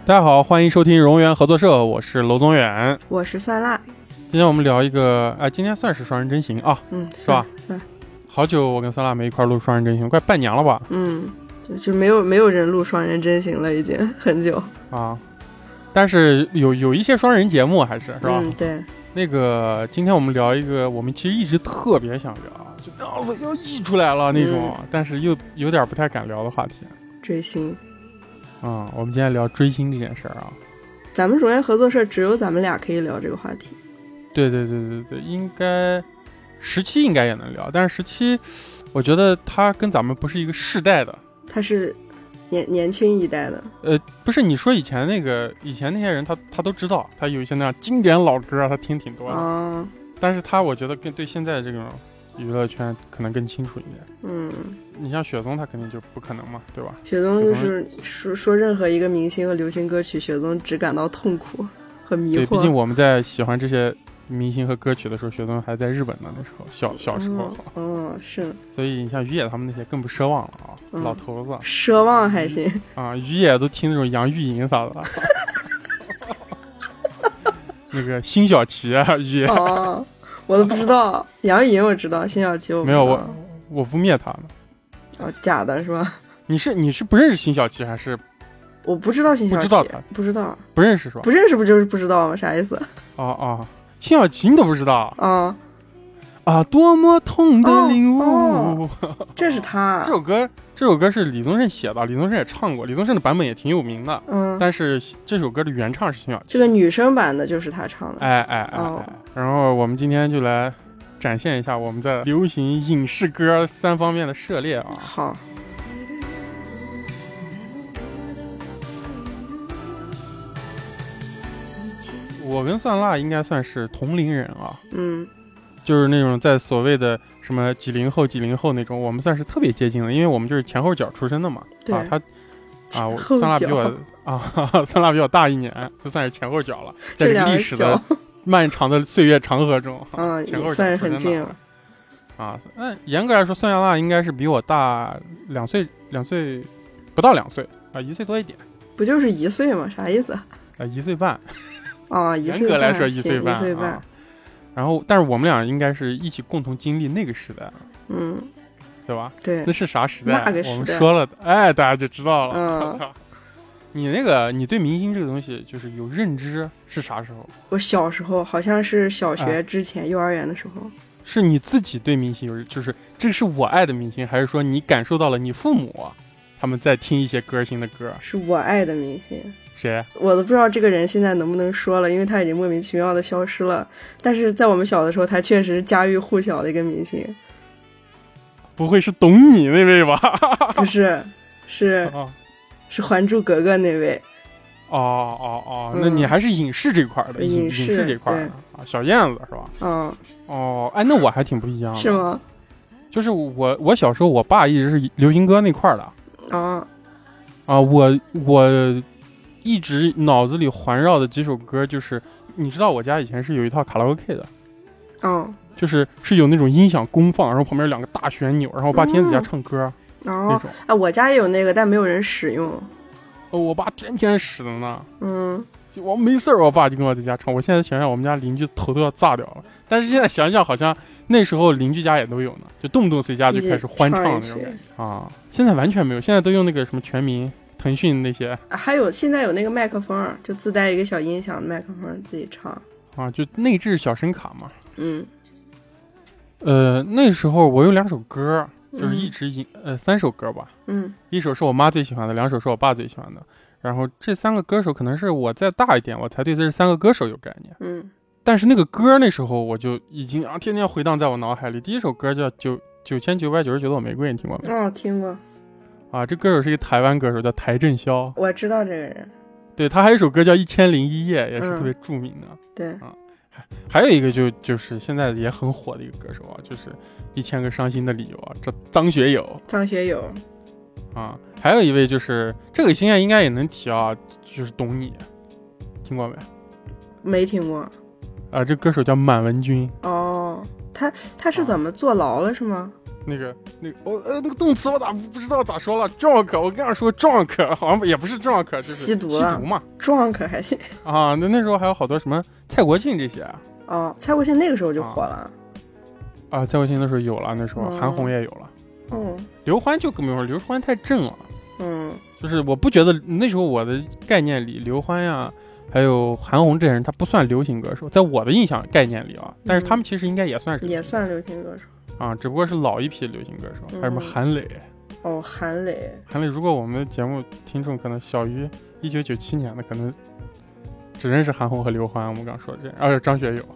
大家好，欢迎收听荣源合作社，我是娄宗远， 我是酸辣。 今天我们聊一个，今天算是双人真行啊，是吧？ 算。 好久我跟酸辣没一块录双人真行，快半年了吧？ 就没有人录双人真行了，已经很久啊。但是有一些双人节目还是吧？ 对。 那个今天我们聊一个，我们其实一直特别想聊，就脑子要溢出来了那种，但是又有点不太敢聊的话题。 追星。 我们今天聊追星这件事儿啊。 咱们荣源合作社只有咱们俩可以聊这个话题。 对，应该17应该也能聊，但是17我觉得他跟咱们不是一个世代的， 他是年轻一代的。 不是，你说以前那些人他都知道，他有一些那样经典老歌他听挺多的，但是他我觉得对现在这种娱乐圈可能更清楚一点。你像雪宗他肯定就不可能嘛，对吧？ 雪宗就是说任何一个明星和流行歌曲，雪宗只感到痛苦和迷惑。 对，毕竟我们在喜欢这些明星和歌曲的时候，雪宗还在日本呢，那时候小时候。 是。所以你像于野他们那些更不奢望了啊，老头子。 奢望还行啊，于野都听那种杨钰莹啥的。那个辛晓琪啊，于野。 我都不知道，杨钰莹我知道，辛晓琪我不知道。 没有，我污蔑他呢。 假的是吧？ 你是不认识辛晓琪还是？ 我不知道辛晓琪，不知道， 不认识是吧？ 不认识不就是不知道吗？啥意思？ 辛晓琪你都不知道多么痛的领悟。 这是他。 这首歌是李宗盛写的，李宗盛也唱过，李宗盛的版本也挺有名的。但是这首歌的原唱是辛晓琪， 这个女生版的就是他唱的。 然后我们今天就来展现一下我们在流行影视歌3方面的涉猎啊。 好。 我跟酸辣应该算是同龄人啊。就是那种在所谓的什么90后那种，我们算是特别接近的，因为我们就是前后脚出身的嘛。 对。 酸辣比我酸辣比我大1年，就算是前后脚了，在这个历史的漫长的岁月长河中，前后脚算是很近了。 严格来说，酸辣应该是比我大2岁不到2岁1岁多一点。 不就是1岁吗？啥意思 ？1岁半。 严格来说1岁半。 1岁半。 然后，但是我们俩应该是一起共同经历那个时代，对吧？ 对， 那是啥时代？ 那个时代我们说了，大家就知道了。你对明星这个东西就是有认知是啥时候？ 我小时候好像是小学之前，幼儿园的时候。 是你自己对明星有，就是这是我爱的明星，还是说你感受到了你父母他们在听一些歌星的歌？ 是我爱的明星。 谁？ 我都不知道这个人现在能不能说了，因为他已经莫名其妙的消失了。但是在我们小的时候，他确实家喻户晓的一个明星。 不会是懂你那位吧？ 不是，是《还珠格格》那位。 那你还是影视这块的，影视这块的小燕子是吧？那我还挺不一样的。 是吗？ 就是我小时候，我爸一直是流行歌那块的。我一直脑子里环绕的几首歌，就是你知道我家以前是有一套卡拉 OK 的。就是有那种音响功放，然后旁边2个大旋钮，然后我爸天天在家唱歌那种。 我家也有那个，但没有人使用。 我爸天天使的呢。我没事我爸就跟我在家唱。我现在想想，我们家邻居头都要炸掉了。但是现在想想，好像那时候邻居家也都有呢，就动不动谁家就开始欢唱那种感觉现在完全没有，现在都用那个什么全民、腾讯那些。 还有现在有那个麦克风，就自带一个小音响麦克风自己唱就内置小声卡嘛。那时候我有2首歌，就是一直3首歌吧。一首是我妈最喜欢的，2首是我爸最喜欢的。然后这3个歌手可能是我再大一点，我才对这3个歌手有概念。但是那个歌那时候我就已经天天回荡在我脑海里。第一首歌叫9999朵玫瑰，你听过没？ 听过。 这歌手是一个台湾歌手，叫邰正宵。 我知道这个人。 对，他还有一首歌叫《1001夜》，也是特别著名的。 对。 还有一个就是现在也很火的一个歌手就是1000个伤心的理由这张学友。还有一位就是这个现在应该也能提就是懂你，听过没？ 没听过。 这歌手叫满文军。 他是怎么坐牢了是吗？ 那个那个动词我咋不知道咋说了 ？drunk， 我刚说 drunk， 好像也不是 drunk， 就是吸毒嘛。 drunk 还行啊。那时候还有好多什么蔡国庆这些。 哦，蔡国庆那个时候就火了。 啊，蔡国庆那时候有了，那时候韩红也有了。刘欢就更没有，刘欢太正了。就是我不觉得那时候我的概念里，刘欢呀，还有韩红这些人，他不算流行歌手，在我的印象概念里啊。但是他们其实应该也算是流行歌手。 啊，只不过是老一批流行歌手，还有什么韩磊。 哦，韩磊， 如果我们的节目听众可能小于1997年的，可能只认识韩红和刘欢。我们刚说的这样，还有张学友。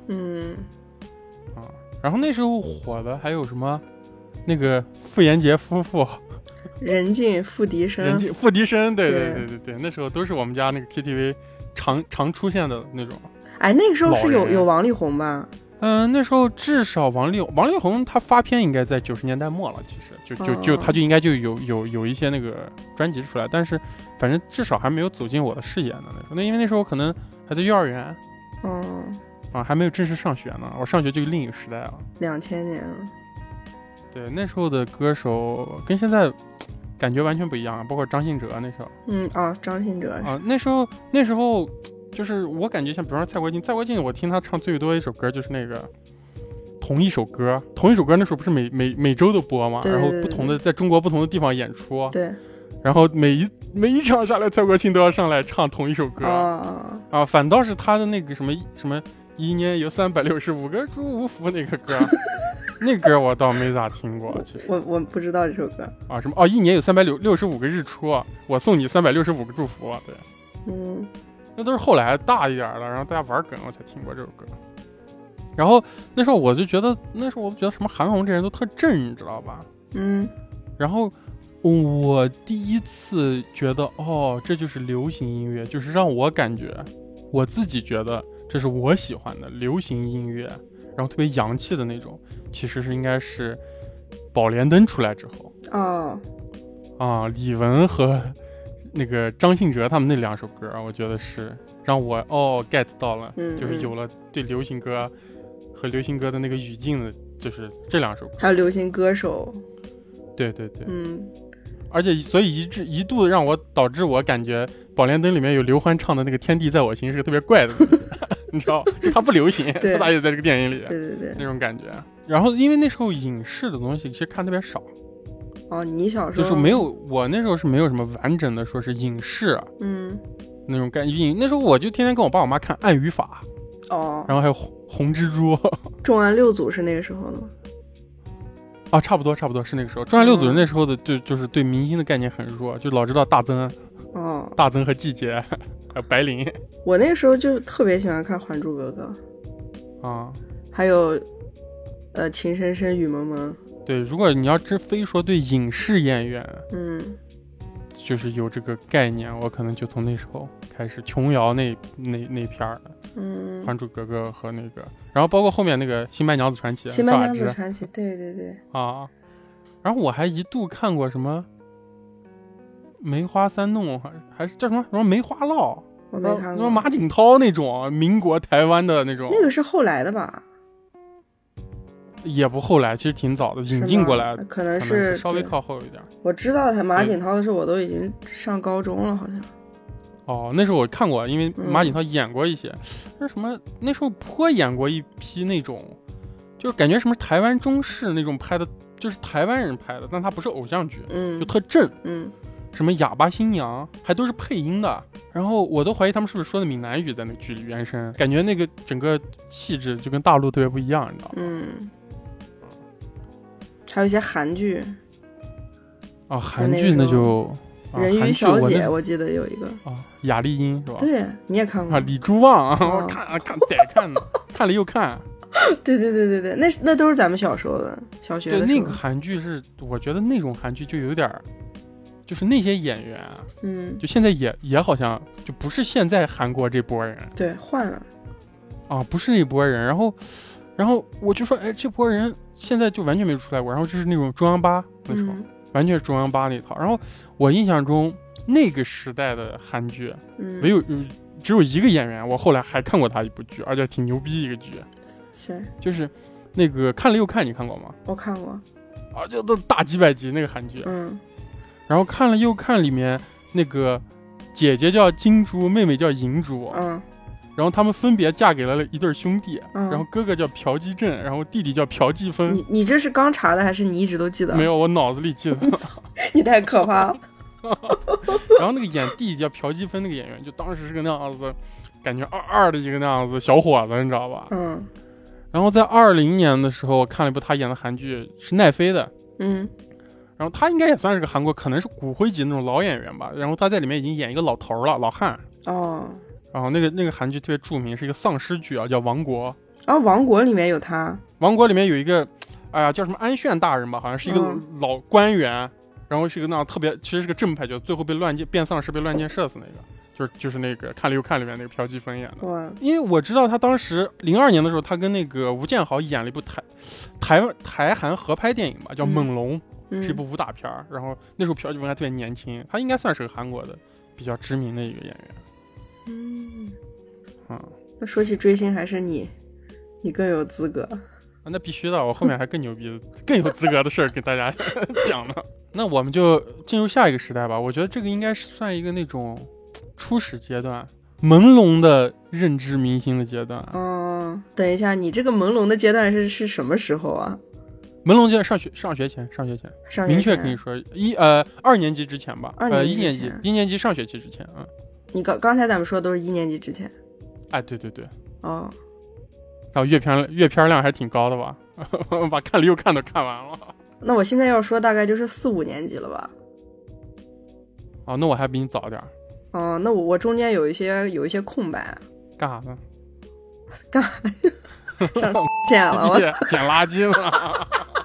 然后那时候火的还有什么，那个傅炎洁夫妇， 任静、付笛声， 对，那时候都是我们家那个 KTV 常出现的那种。 哎，那个时候是有王力宏吧？ 那时候至少王力宏他发片应该在90年代末了，其实他就应该就有一些那个专辑出来，但是反正至少还没有走进我的视野呢。那因为那时候可能还在幼儿园，还没有正式上学呢，我上学就另一个时代了 ，2000年。 对，那时候的歌手跟现在感觉完全不一样，包括张信哲那时候。 张信哲啊，那时候。就是我感觉像比方说蔡国庆我听他唱最多一首歌就是那个同一首歌那时候不是每周都播吗？然后不同的在中国不同的地方演出， 对， 然后每一场下来蔡国庆都要上来唱同一首歌反倒是他的那个什么一年有365个朱无福那个歌那歌我倒没咋听过，其实我不知道这首歌什么一年有365个日出，我送你365个祝福，对，那都是后来大一点了，然后大家玩梗我才听过这首歌。然后那时候我就觉得什么韩红这人都特正，你知道吧？然后我第一次觉得这就是流行音乐，就是让我感觉我自己觉得这是我喜欢的流行音乐，然后特别洋气的那种，其实是应该是宝莲灯出来之后李玟和那个张信哲他们那2首歌，我觉得是让我get 到了，就是有了对流行歌和流行歌的那个语境的，就是这2首歌， 还有流行歌手， 对，而且所以一度让我导致我感觉宝莲灯里面有刘欢唱的那个天地在我心是个特别怪的你知道他不流行，他咋也在这个电影里， 对那种感觉。然后因为那时候影视的东西其实看特别少。 你小时候就是没有，我那时候是没有什么完整的说是影视那种概念。那时候我就天天跟我爸我妈看《暗语法》然后还有红蜘蛛。 重案6组是那个时候的吗？ 差不多是那个时候。重案6组那时候的就是对明星的概念很弱，就老知道大曾和季节还有白灵。 我那个时候就特别喜欢看《还珠格格》还有情深深雨蒙蒙。 对，如果你要真非说对影视演员就是有这个概念，我可能就从那时候开始，琼瑶那片儿的还珠格格和那个，然后包括后面那个新白娘子传奇， 对然后我还一度看过什么梅花三弄，还是叫什么梅花烙， 我没看过， 什么马景涛那种民国台湾的那种， 那个是后来的吧？ 也不后来，其实挺早的，引进过来的， 可能是稍微靠后一点。 我知道他马景涛的时候，我都已经上高中了，好像。 那时候我看过，因为马景涛演过一些，什么那时候颇演过一批那种，就感觉什么台湾中式那种拍的，就是台湾人拍的，但他不是偶像剧，就特正，什么哑巴新娘，还都是配音的。然后我都怀疑他们是不是说的闽南语在那个剧里原声，感觉那个整个气质就跟大陆特别不一样，你知道吗？ 还有一些韩剧韩剧那就人鱼小姐，我记得有一个雅丽英是吧？ 对，你也看过李珠旺我看得看的，看了又看。 对，那都是咱们小时候的小学的时候。 对，那个韩剧是，我觉得那种韩剧就有点，就是那些演员就现在也好像就不是现在韩国这波人， 对，换了不是那波人。然后我就说，这波人现在就完全没出来过。然后这是那种中央八那时候，完全是中央八那套。然后我印象中那个时代的韩剧，只有一个演员，我后来还看过他一部剧，而且挺牛逼一个剧。 谁？ 就是那个看了又看，你看过吗？ 我看过。 啊，就都大几百集那个韩剧。然后看了又看，里面那个姐姐叫金珠，妹妹叫银珠。然后他们分别嫁给了一对兄弟，然后哥哥叫朴基正，然后弟弟叫朴继峰。 你这是刚查的还是你一直都记得？ 没有，我脑子里记得。 你太可怕了。 然后那个演弟弟叫朴继峰那个演员，就当时是个那样子，感觉二的一个那样子小伙子，你知道吧？然后在2020年的时候，我看了一部他演的韩剧，是奈飞的。然后他应该也算是个韩国，可能是骨灰级那种老演员吧。然后他在里面已经演一个老头了，老汉。然后那个韩剧特别著名，是一个丧尸剧啊，叫《王国》。 王国里面有他。王国里面有一个，叫什么安炫大人吧，好像是一个老官员，然后是一个那样特别，其实是个正派角色，最后被变丧尸被乱箭射死那个，就是那个看了又看里面那个朴继峰演的。因为我知道他当时02年的时候，他跟那个吴建豪演了一部台韩合拍电影吧，叫《猛龙》，是一部武打片。然后那时候朴继峰还特别年轻，他应该算是个韩国的比较知名的一个演员。 那说起追星，还是你更有资格。 那必须的，我后面还更牛逼更有资格的事儿给大家讲呢。那我们就进入下一个时代吧。我觉得这个应该是算一个那种初始阶段，朦胧的认知明星的阶段。 等一下，你这个朦胧的阶段是什么时候啊？ 朦胧阶段上学前，明确跟你说2年级之前吧。一年级上学期之前。 你刚才咱们说都是1年级之前。 对。然后阅片量还挺高的吧，把看了又看都看完了。 那我现在要说大概就是4、5年级了吧。 那我还比你早点。 那我中间有一些空白。 干啥呢？ 干啥？上捡了，我捡垃圾了。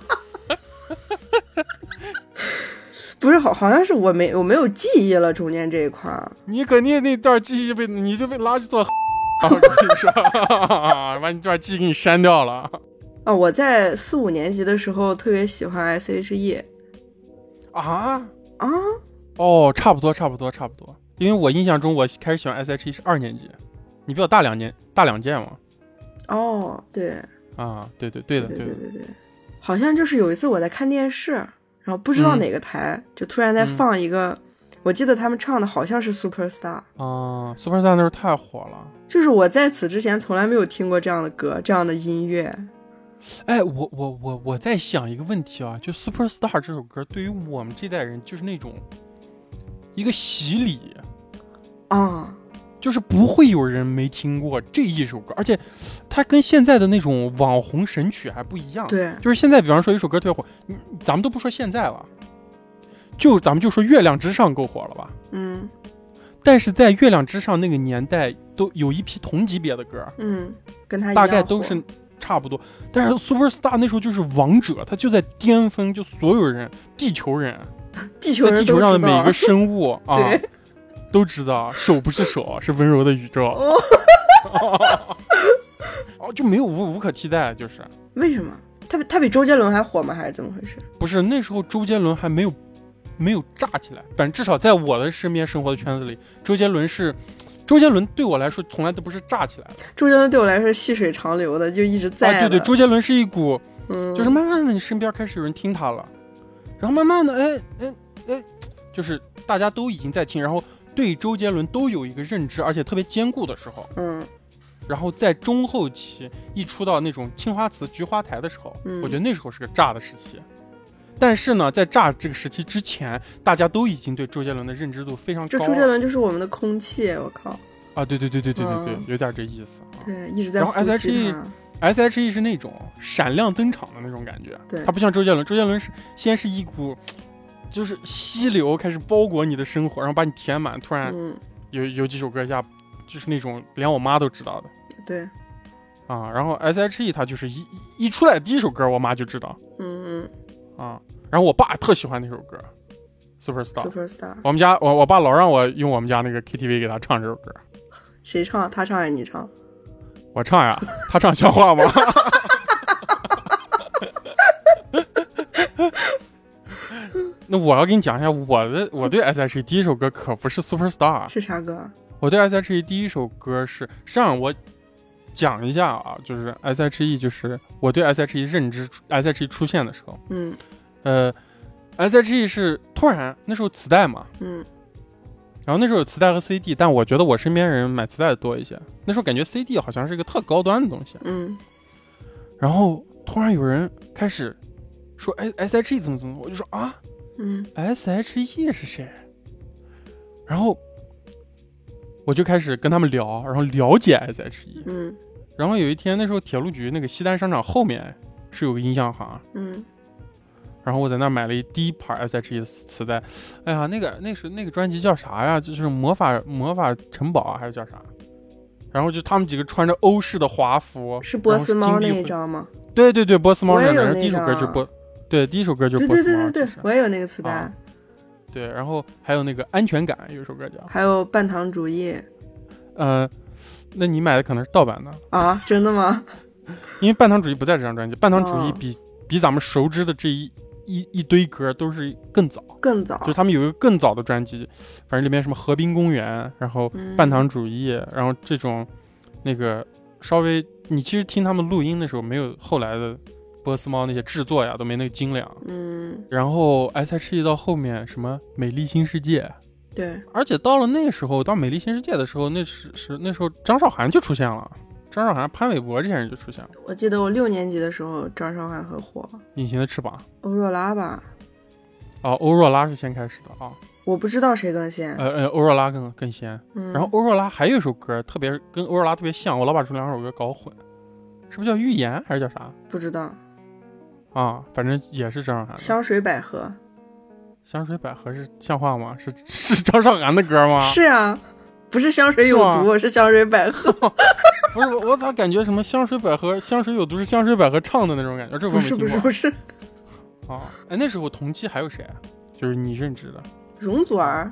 不是，好像是我没有记忆了，中间这一块。 你那段记忆你就被垃圾做。我跟你说，把你这段记忆给你删掉了。 我在4、5年级的时候特别喜欢 S.H.E。 差不多。因为我印象中我开始喜欢 S.H.E 是2年级，你比我大2届吗？ 对。 对。 好像就是有一次我在看电视，然后不知道哪个台，就突然在放一个。我记得他们唱的好像是 Superstar。 Superstar 那时候太火了。 就是我在此之前从来没有听过这样的歌，这样的音乐。 我在想一个问题啊，就 Superstar 这首歌对于我们这代人就是那种一个洗礼。就是不会有人没听过这一首歌，而且它跟现在的那种网红神曲还不一样。 对， 就是现在比方说一首歌特别火，咱们都不说现在了，咱们就说月亮之上够火了吧。但是在月亮之上那个年代都有一批同级别的歌， 跟他大概都是差不多。但是 Superstar 那时候就是王者，他就在巅峰，就所有人地球人在地球上的每一个生物都知道手不是手，是温柔的宇宙。就没有无可替代。就是为什么他比周杰伦还火吗？还是怎么回事？ 不是，那时候周杰伦还没有炸起来。反正至少在我的身边生活的圈子里，周杰伦对我来说从来都不是炸起来的。 周杰伦对我来说是细水长流的，就一直在。 对，周杰伦是一股，就是慢慢的你身边开始有人听他了，然后慢慢的就是大家都已经在听，然后对周杰伦都有一个认知，而且特别坚固的时候。然后在中后期一出到那种青花瓷菊花台的时候，我觉得那时候是个炸的时期。但是呢，在炸这个时期之前，大家都已经对周杰伦的认知度非常高。 这周杰伦就是我们的空气，我靠！ 对，有点这意思。 对，一直在呼吸。 然后 S.H.E 是那种闪亮登场的那种感觉。 对， 他不像周杰伦是先是一股就是溪流开始包裹你的生活，然后把你填满，突然有几首歌下就是那种连我妈都知道的。 对。 然后 S.H.E 他就是一出来第一首歌我妈就知道。然后我爸特喜欢那首歌 Superstar。 我们家我爸老让我用我们家那个 KTV 给他唱这首歌。 谁唱？他唱还是你唱？ 我唱呀。他唱像话吗？那我要给你讲一下我对 S.H.E 第一首歌可不是 Superstar。 是啥歌？ 我对 S.H.E 第一首歌是让我讲一下啊，就是 S.H.E 就是我对 S.H.E 认知 S.H.E 出现的时候， S.H.E 是突然那时候磁带嘛，然后那时候有磁带和 CD， 但我觉得我身边人买磁带的多一些。那时候感觉 CD 好像是一个特高端的东西，然后突然有人开始说S.H.E 怎么，我就说啊，S.H.E 是谁？然后我就开始跟他们聊，然后了解 S.H.E，然后有一天那时候铁路局那个西单商场后面是有个音像行，然后我在那买了第一盘 S.H.E 的磁带，哎呀，那个专辑叫啥呀？就是魔法城堡啊，还是叫啥？然后就他们几个穿着欧式的华服， 是波斯猫那一张吗？ 对，波斯猫那张，第一首歌就是第一首歌就是波斯猫， 对，我也有那个磁带。 对，然后还有那个安全感，有一首歌叫， 还有半糖主义。 那你买的可能是盗版的啊？真的吗？ 因为半糖主义不在这张专辑，半糖主义比咱们熟知的这一堆歌都是更早，就他们有一个更早的专辑，反正里面什么河滨公园，然后半糖主义，然后这种那个稍微你其实听他们录音的时候没有后来的波斯猫那些制作呀都没那个精良，然后 S.H.E 到后面什么美丽新世界， 对， 而且到了那时候到美丽新世界的时候，那时候张韶涵就出现了。张韶涵、潘玮柏这些人就出现了。 我记得我6年级的时候，张韶涵很火。 隐形的翅膀， 欧若拉吧？ 哦，欧若拉是先开始的啊。 我不知道谁更先。 欧若拉更先。然后欧若拉还有一首歌特别跟欧若拉特别像，我老把这两首歌搞混，是不是叫预言还是叫啥？ 不知道。 啊，反正也是张韶涵。 香水百合。 香水百合是像话吗？是张韶涵的歌吗？ 是啊。不是香水有毒，是香水百合。 不是，我咋感觉什么香水百合、香水有毒是香水百合唱的那种感觉？这不是。 啊，哎，那时候同期还有谁？就是你认知的？ 容祖儿。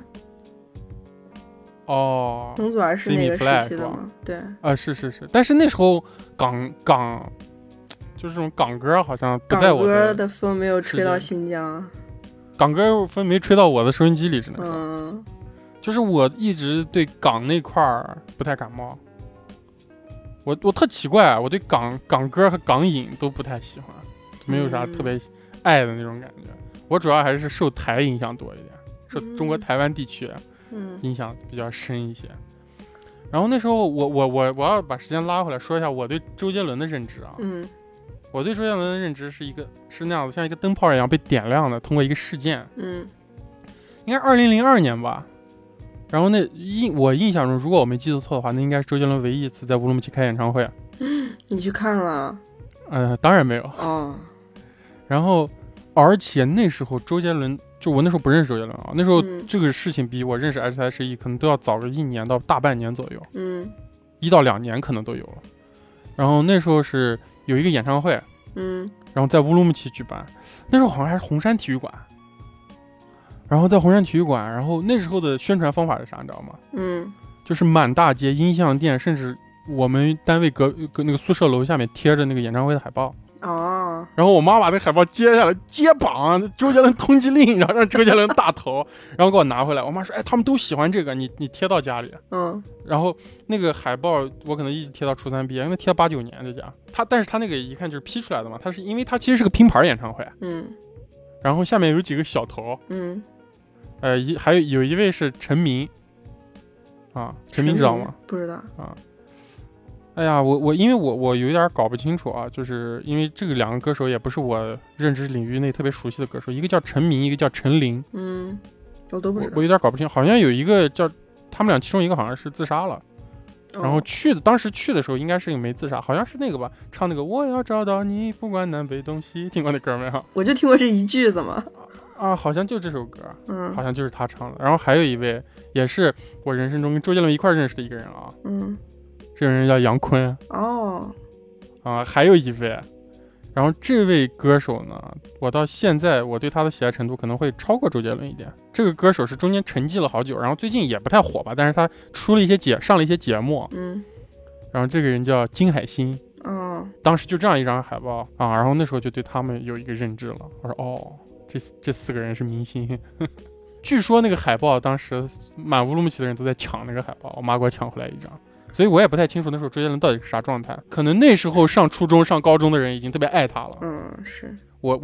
哦， 容祖儿是那个时期的吗？对。 啊，是，但是那时候港就是这种港歌好像不在我的。 港歌的风没有吹到新疆。 港歌风没吹到我的收音机里，只能说。就是我一直对港那块儿不太感冒，我特奇怪，我对港歌和港影都不太喜欢，没有啥特别爱的那种感觉。我主要还是受台影响多一点，受中国台湾地区影响比较深一些。然后那时候我要把时间拉回来说一下我对周杰伦的认知啊。我对周杰伦的认知是那样子，像一个灯泡一样被点亮的，通过一个事件。应该2002年吧。然后我印象中，如果我没记错的话，那应该是周杰伦唯一一次在乌鲁木齐开演唱会。 你去看了？ 当然没有。然后，而且那时候周杰伦，就我那时候不认识周杰伦啊，那时候这个事情比我认识 S.H.E 可能都要早个1年到大半年左右。1到2年可能都有了。然后那时候是有一个演唱会，然后在乌鲁木齐举办，那时候好像还是红山体育馆。然后在红山体育馆，然后那时候的宣传方法是啥，你知道吗？就是满大街音像店，甚至我们单位隔那个宿舍楼下面贴着那个演唱会的海报。然后我妈把那海报接下来接榜周杰伦通缉令，然后让周杰伦大头，然后给我拿回来。我妈说：“哎，他们都喜欢这个，你贴到家里。”然后那个海报我可能一直贴到初3毕业，因为贴了8、9年在家。但是他那个一看就是 P 出来的嘛，他是因为他其实是个拼盘演唱会。然后下面有几个小头。还有一位是陈明，陈明知道吗？ 不知道啊。哎呀，因为我有点搞不清楚啊，就是因为这个2个歌手也不是我认知领域内特别熟悉的歌手，一个叫陈明，一个叫陈琳。 我都不知道。 我有点搞不清，好像有一个叫他们俩，其中一个好像是自杀了。然后当时去的时候应该是没自杀，好像是那个吧，唱那个我要找到你，不管南北东西，听过那歌没有？ 我就听过这一句，怎么？ 好像就这首歌，好像就是他唱的。然后还有一位也是我人生中跟周杰伦一块认识的一个人啊，这个人叫杨坤。还有一位，然后这位歌手呢，我到现在我对他的喜爱程度可能会超过周杰伦一点。这个歌手是中间沉寂了好久，然后最近也不太火吧，但是他出了一些上了一些节目。然后这个人叫金海心。当时就这样一张海报然后那时候就对他们有一个认知了。我说这4个人是明星。据说那个海报当时满乌鲁木齐的人都在抢那个海报，我妈给我抢回来一张，所以我也不太清楚那时候周杰伦到底是啥状态。可能那时候上初中上高中的人已经特别爱他了。 是我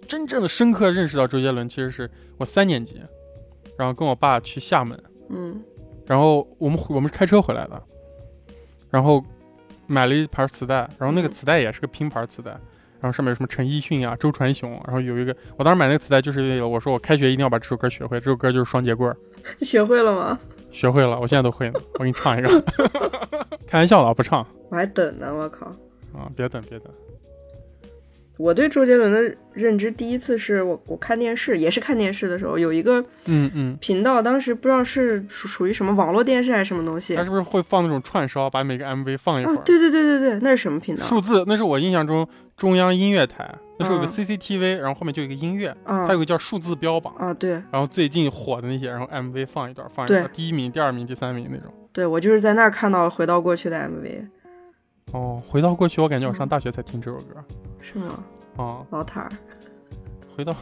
真正的深刻认识到周杰伦，其实是我3年级，然后跟我爸去厦门，然后我们是开车回来的，然后买了一盘磁带，然后那个磁带也是个拼盘磁带，然后上面有什么陈奕迅啊、周传雄，然后有一个，我当时买那个磁带就是为了我说我开学一定要把这首歌学会，这首歌就是双节棍。 学会了吗？ 学会了，我现在都会呢。我给你唱一个。开玩笑了，不唱。 我还等呢，我靠。 啊，别等。 我对周杰伦的认知，第一次是我看电视，也是看电视的时候，有一个频道，当时不知道是属于什么网络电视还是什么东西。 他是不是会放那种串烧，把每个 MV 放一会儿？ 对，那是什么频道？ 数字，那是我印象中中央音乐台，那是有个 CCTV，然后后面就有一个音乐，它有个叫数字标榜啊， 对。 然后最近火的那些，然后 MV 放一段，第1名、第2名、第3名那种。 对，我就是在那儿看到了《回到过去》的 MV。 哦，回到过去，我感觉我上大学才听这首歌。 是吗？ 哦， 老塔儿。 回到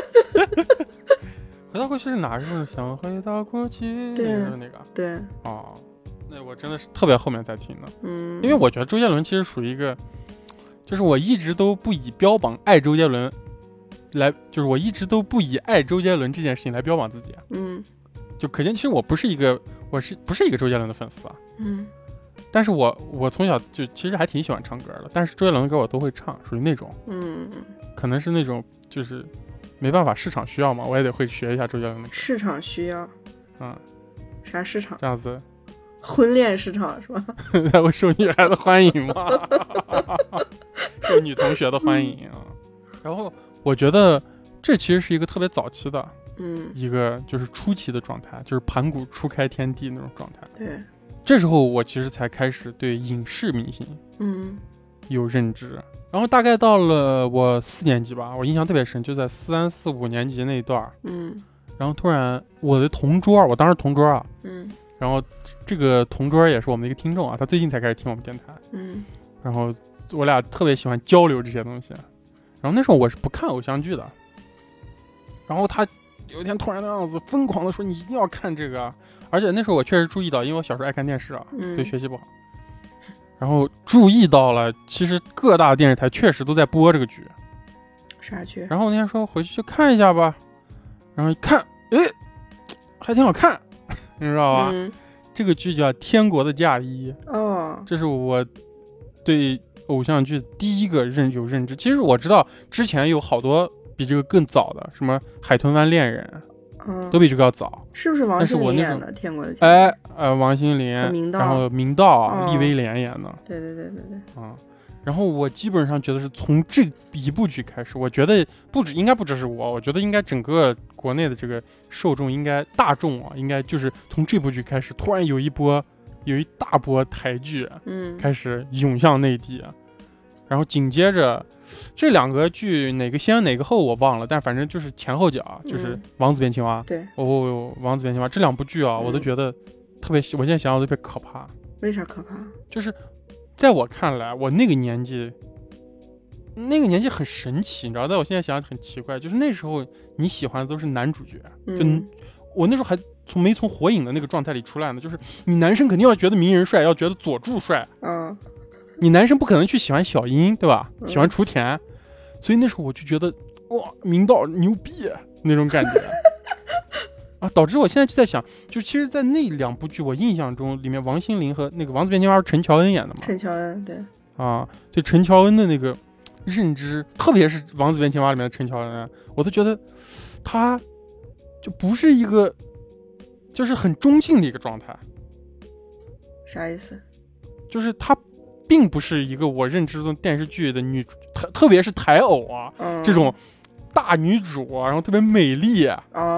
过去是哪？是想回到过去？ 对， 那个。 对。 哦，那我真的是特别后面才听的。因为我觉得周杰伦其实属于一个，就是我一直都不以标榜爱周杰伦来，就是我一直都不以爱周杰伦这件事情来标榜自己。就可见其实我不是一个周杰伦的粉丝啊。但是我从小就其实还挺喜欢唱歌的，但是周杰伦的歌我都会唱，属于那种，可能是那种就是没办法，市场需要嘛，我也得会学一下周杰伦的歌。市场需要，啥市场？ 这样子， 婚恋市场是吧？ 才会受女孩的欢迎嘛，受女同学的欢迎啊。然后我觉得这其实是一个特别早期的，一个就是初期的状态，就是盘古初开天地那种状态。 对。 这时候我其实才开始对影视明星有认知，然后大概到了我4年级吧，我印象特别深，就在3、4、5年级那一段，然后突然我的同桌，我当时同桌啊，然后这个同桌也是我们的一个听众啊，他最近才开始听我们电台，然后我俩特别喜欢交流这些东西，然后那时候我是不看偶像剧的，然后他有一天突然那样子疯狂的说你一定要看这个。而且那时候我确实注意到，因为我小时候爱看电视啊，所以学习不好，然后注意到了其实各大电视台确实都在播这个剧。 啥剧？ 然后我那天说回去就看一下吧，然后一看，还挺好看，你知道吧？这个剧叫《天国的嫁衣》。这是我对偶像剧第一个有认知。其实我知道之前有好多比这个更早的，什么《海豚湾恋人》都比这个要早。 是不是王心凌演的《天国的嫁衣》？ 王心凌，然后明道、厉威廉演的。 对。 然后我基本上觉得是从这一部剧开始，我觉得应该不只是我觉得应该整个国内的这个受众大众啊，应该就是从这部剧开始，突然有一大波台剧，开始涌向内地，然后紧接着这2个剧哪个先哪个后我忘了，但反正就是前后脚，就是《王子变青蛙》。 对， 王子变青蛙这2部剧啊，我都觉得特别，我现在想想都特别可怕。 为啥可怕？就是在我看来，我那个年纪很神奇，你知道，在我现在想想很奇怪，就是那时候你喜欢的都是男主角，就我那时候还没从火影的那个状态里出来呢，就是你男生肯定要觉得鸣人帅，要觉得佐助帅，你男生不可能去喜欢小樱，对吧？喜欢雏田，所以那时候我就觉得哇，明道牛逼那种感觉啊，导致我现在就在想，就其实，在那2部剧我印象中，里面王心凌和那个王子变青蛙是陈乔恩演的嘛？ 陈乔恩，对啊，对陈乔恩的那个认知，特别是王子变青蛙里面的陈乔恩，我都觉得他就不是一个，就是很中性的一个状态。 啥意思？ 就是他并不是一个我认知中电视剧的女主，特别是台偶啊，这种大女主啊，然后特别美丽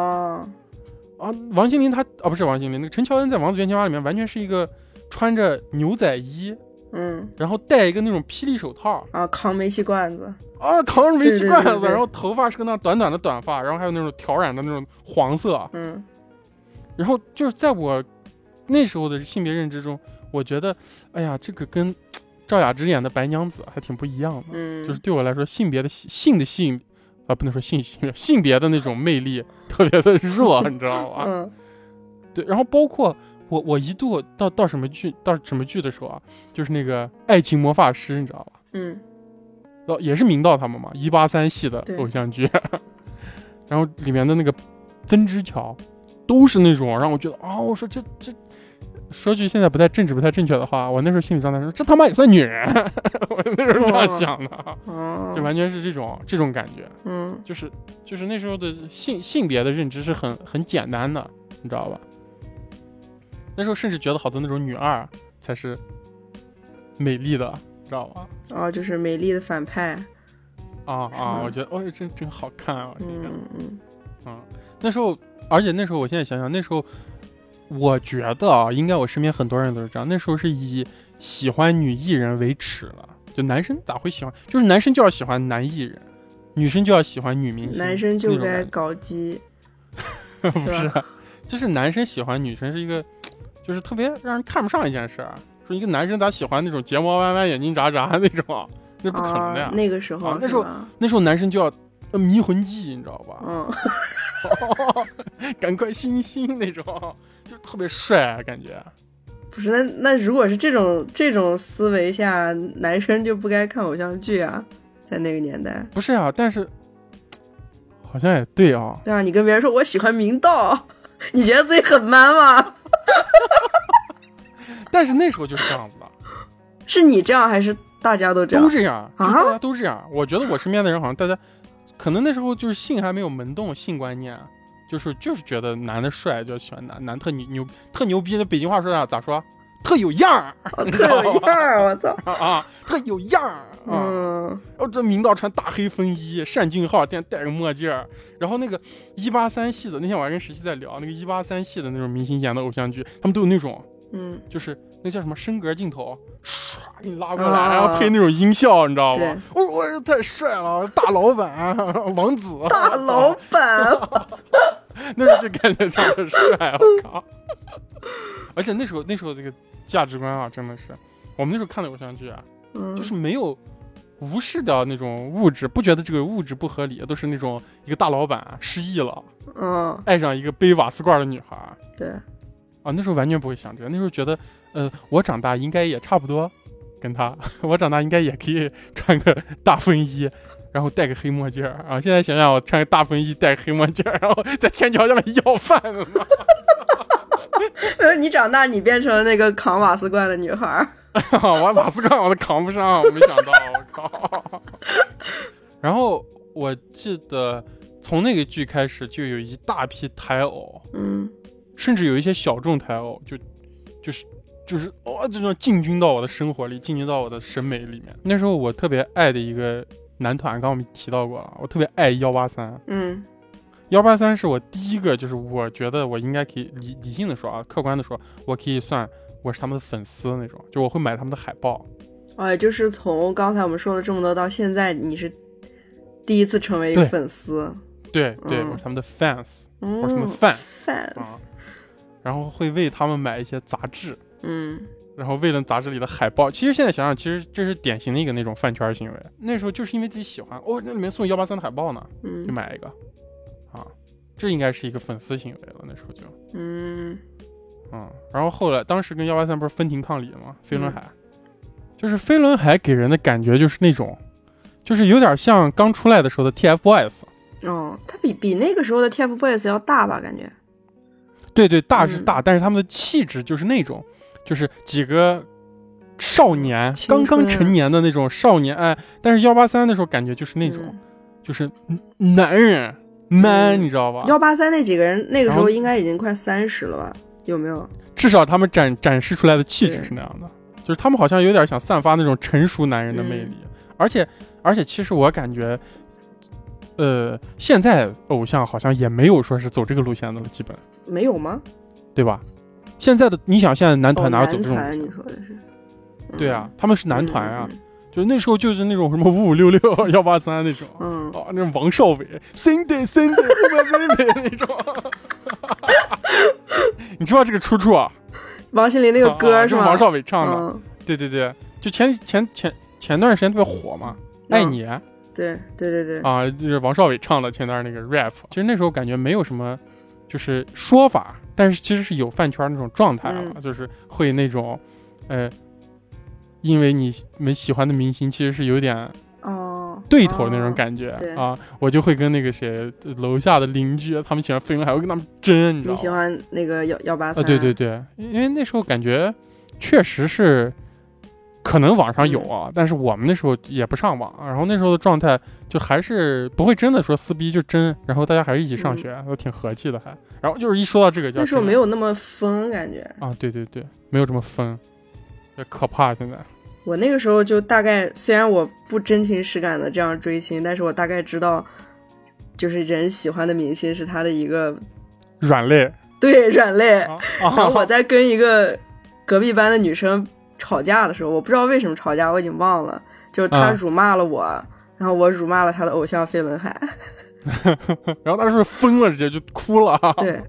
王心凌不是王心凌，那个陈乔恩在《王子变青蛙》里面完全是一个穿着牛仔衣，然后戴一个那种霹雳手套扛煤气罐子扛着煤气罐子，然后头发是个那短短的短发，然后还有那种挑染的那种黄色，然后就是在我那时候的性别认知中，我觉得哎呀，这个跟赵雅芝演的白娘子还挺不一样的，就是对我来说性别的性不能说性别的那种魅力特别的弱，你知道吧？对，然后包括我一度到什么剧的时候啊，就是那个《爱情魔法师》，你知道吧？ 也是明道他们嘛，183系的偶像剧，然后里面的那个曾之乔都是那种让我觉得我说这说句现在不太政治不太正确的话，我那时候心理状态说这他妈也算女人，我那时候这样想的，就完全是这种感觉，就是那时候的性别的认知是很简单的，你知道吧？那时候甚至觉得好多那种女二才是美丽的，知道吧？ 就是美丽的反派我觉得真好看啊，这个那时候，而且那时候我现在想想，那时候我觉得应该我身边很多人都是这样，那时候是以喜欢女艺人为耻了，就男生咋会喜欢，就是男生就要喜欢男艺人，女生就要喜欢女明星， 男生就该搞基不是，就是男生喜欢女生是一个就是特别让人看不上一件事，说一个男生咋喜欢那种睫毛弯弯眼睛眨眨那种，那不可能的呀， 那个时候那时候男生就要迷魂记，你知道吧？赶快星星那种，就特别帅感觉。 不是，那如果是这种思维下，男生就不该看偶像剧啊，在那个年代。 不是啊，但是好像也对啊。 对啊，你跟别人说我喜欢明道，你觉得自己很 man 吗？ 但是那时候就是这样子的。 是你这样还是大家都这样？ 都这样啊，大家都这样。我觉得我身边的人好像大家可能那时候就是性还没有萌动，性观念就是觉得男的帅就喜欢男特牛逼。那北京话说咋说？特有样儿， 特有样儿，我操特有样儿。然后这明道穿大黑风衣，单俊浩戴个墨镜，然后那个183系的，那天我还跟石溪在聊，那个183系的那种明星演的偶像剧，他们都有那种就是那叫什么升格镜头，唰给你拉过来，然后配那种音效，你知道吧？我太帅了，大老板王子， 大老板， 那时候就感觉长得帅，我靠！而且那时候这个价值观啊，真的是我们那时候看的偶像剧啊，就是没有无视掉那种物质，不觉得这个物质不合理，都是那种一个大老板失忆了，爱上一个背瓦斯罐的女孩， 对。 那时候完全不会想这个，那时候觉得，我长大应该也差不多跟他，我长大应该也可以穿个大风衣，然后戴个黑墨镜啊。现在想想，我穿个大风衣，戴个黑墨镜，然后在天桥下面要饭了呢。 你长大，你变成了那个扛瓦斯罐的女孩。 我瓦斯罐我都扛不上，我没想到，我靠。然后我记得从那个剧开始，就有一大批台偶，甚至有一些小众台偶，就是这种进军到我的生活里，进军到我的审美里面。那时候我特别爱的一个男团，刚刚我们提到过了，我特别爱183。183是我第一个，就是我觉得我应该可以理性的说啊，客观的说，我可以算我是他们的粉丝那种，就我会买他们的海报。 就是从刚才我们说了这么多到现在，你是第一次成为一个粉丝。 对，我是他们的 fans，我是他们 fans。然后会为他们买一些杂志，然后为了杂志里的海报，其实现在想想，其实这是典型的一个那种饭圈行为。那时候就是因为自己喜欢，那里面送183的海报呢，就买一个，这应该是一个粉丝行为了。那时候就，然后后来当时跟183不是分庭抗礼吗？飞轮海，就是飞轮海给人的感觉就是那种，就是有点像刚出来的时候的 TFBOYS。 他比那个时候的 TFBOYS 要大吧？感觉。 对，大是大，但是他们的气质就是那种，就是几个少年刚刚成年的那种少年，但是183的时候感觉就是那种，就是男人 man，你知道吧 ？183那几个人那个时候应该已经快30了吧？有没有？ 至少他们展示出来的气质是那样的，就是他们好像有点想散发那种成熟男人的魅力，而且其实我感觉。现在偶像好像也没有说是走这个路线的了，基本没有吗？ 对吧？现在的你想，现在男团哪有走这种路线？ 你说的是？ 对啊，他们是男团啊，就那时候就是那种什么5566、183那种，那种王少伟 Cindy 那种，你知道这个出处啊？ 王心凌那个歌是吗？ 王少伟唱的，对，就前段时间特别火嘛，爱你。 对就是王少伟唱的前段那个 rap， 其实那时候感觉没有什么就是说法，但是其实是有饭圈那种状态了，就是会那种因为你们喜欢的明星其实是有点对头那种感觉啊，我就会跟那个谁楼下的邻居，他们喜欢飞轮海，我跟他们争，你知道吗？ 你喜欢那个183？ 对对对，因为那时候感觉确实是可能网上有啊，但是我们那时候也不上网，然后那时候的状态就还是不会真的说撕逼就真，然后大家还是一起上学，都挺和气的还。然后就是一说到这个， 那时候没有那么疯感觉啊，对对对，没有这么疯，也可怕。现在我那个时候就大概，虽然我不真情实感的这样追星，但是我大概知道，就是人喜欢的明星是他的一个软肋， 对，软肋。然后我在跟一个隔壁班的女生吵架的时候，我不知道为什么吵架，我已经忘了，就是她辱骂了我，然后我辱骂了她的偶像飞轮海， 然后她是不是疯了，直接就哭了？ 对。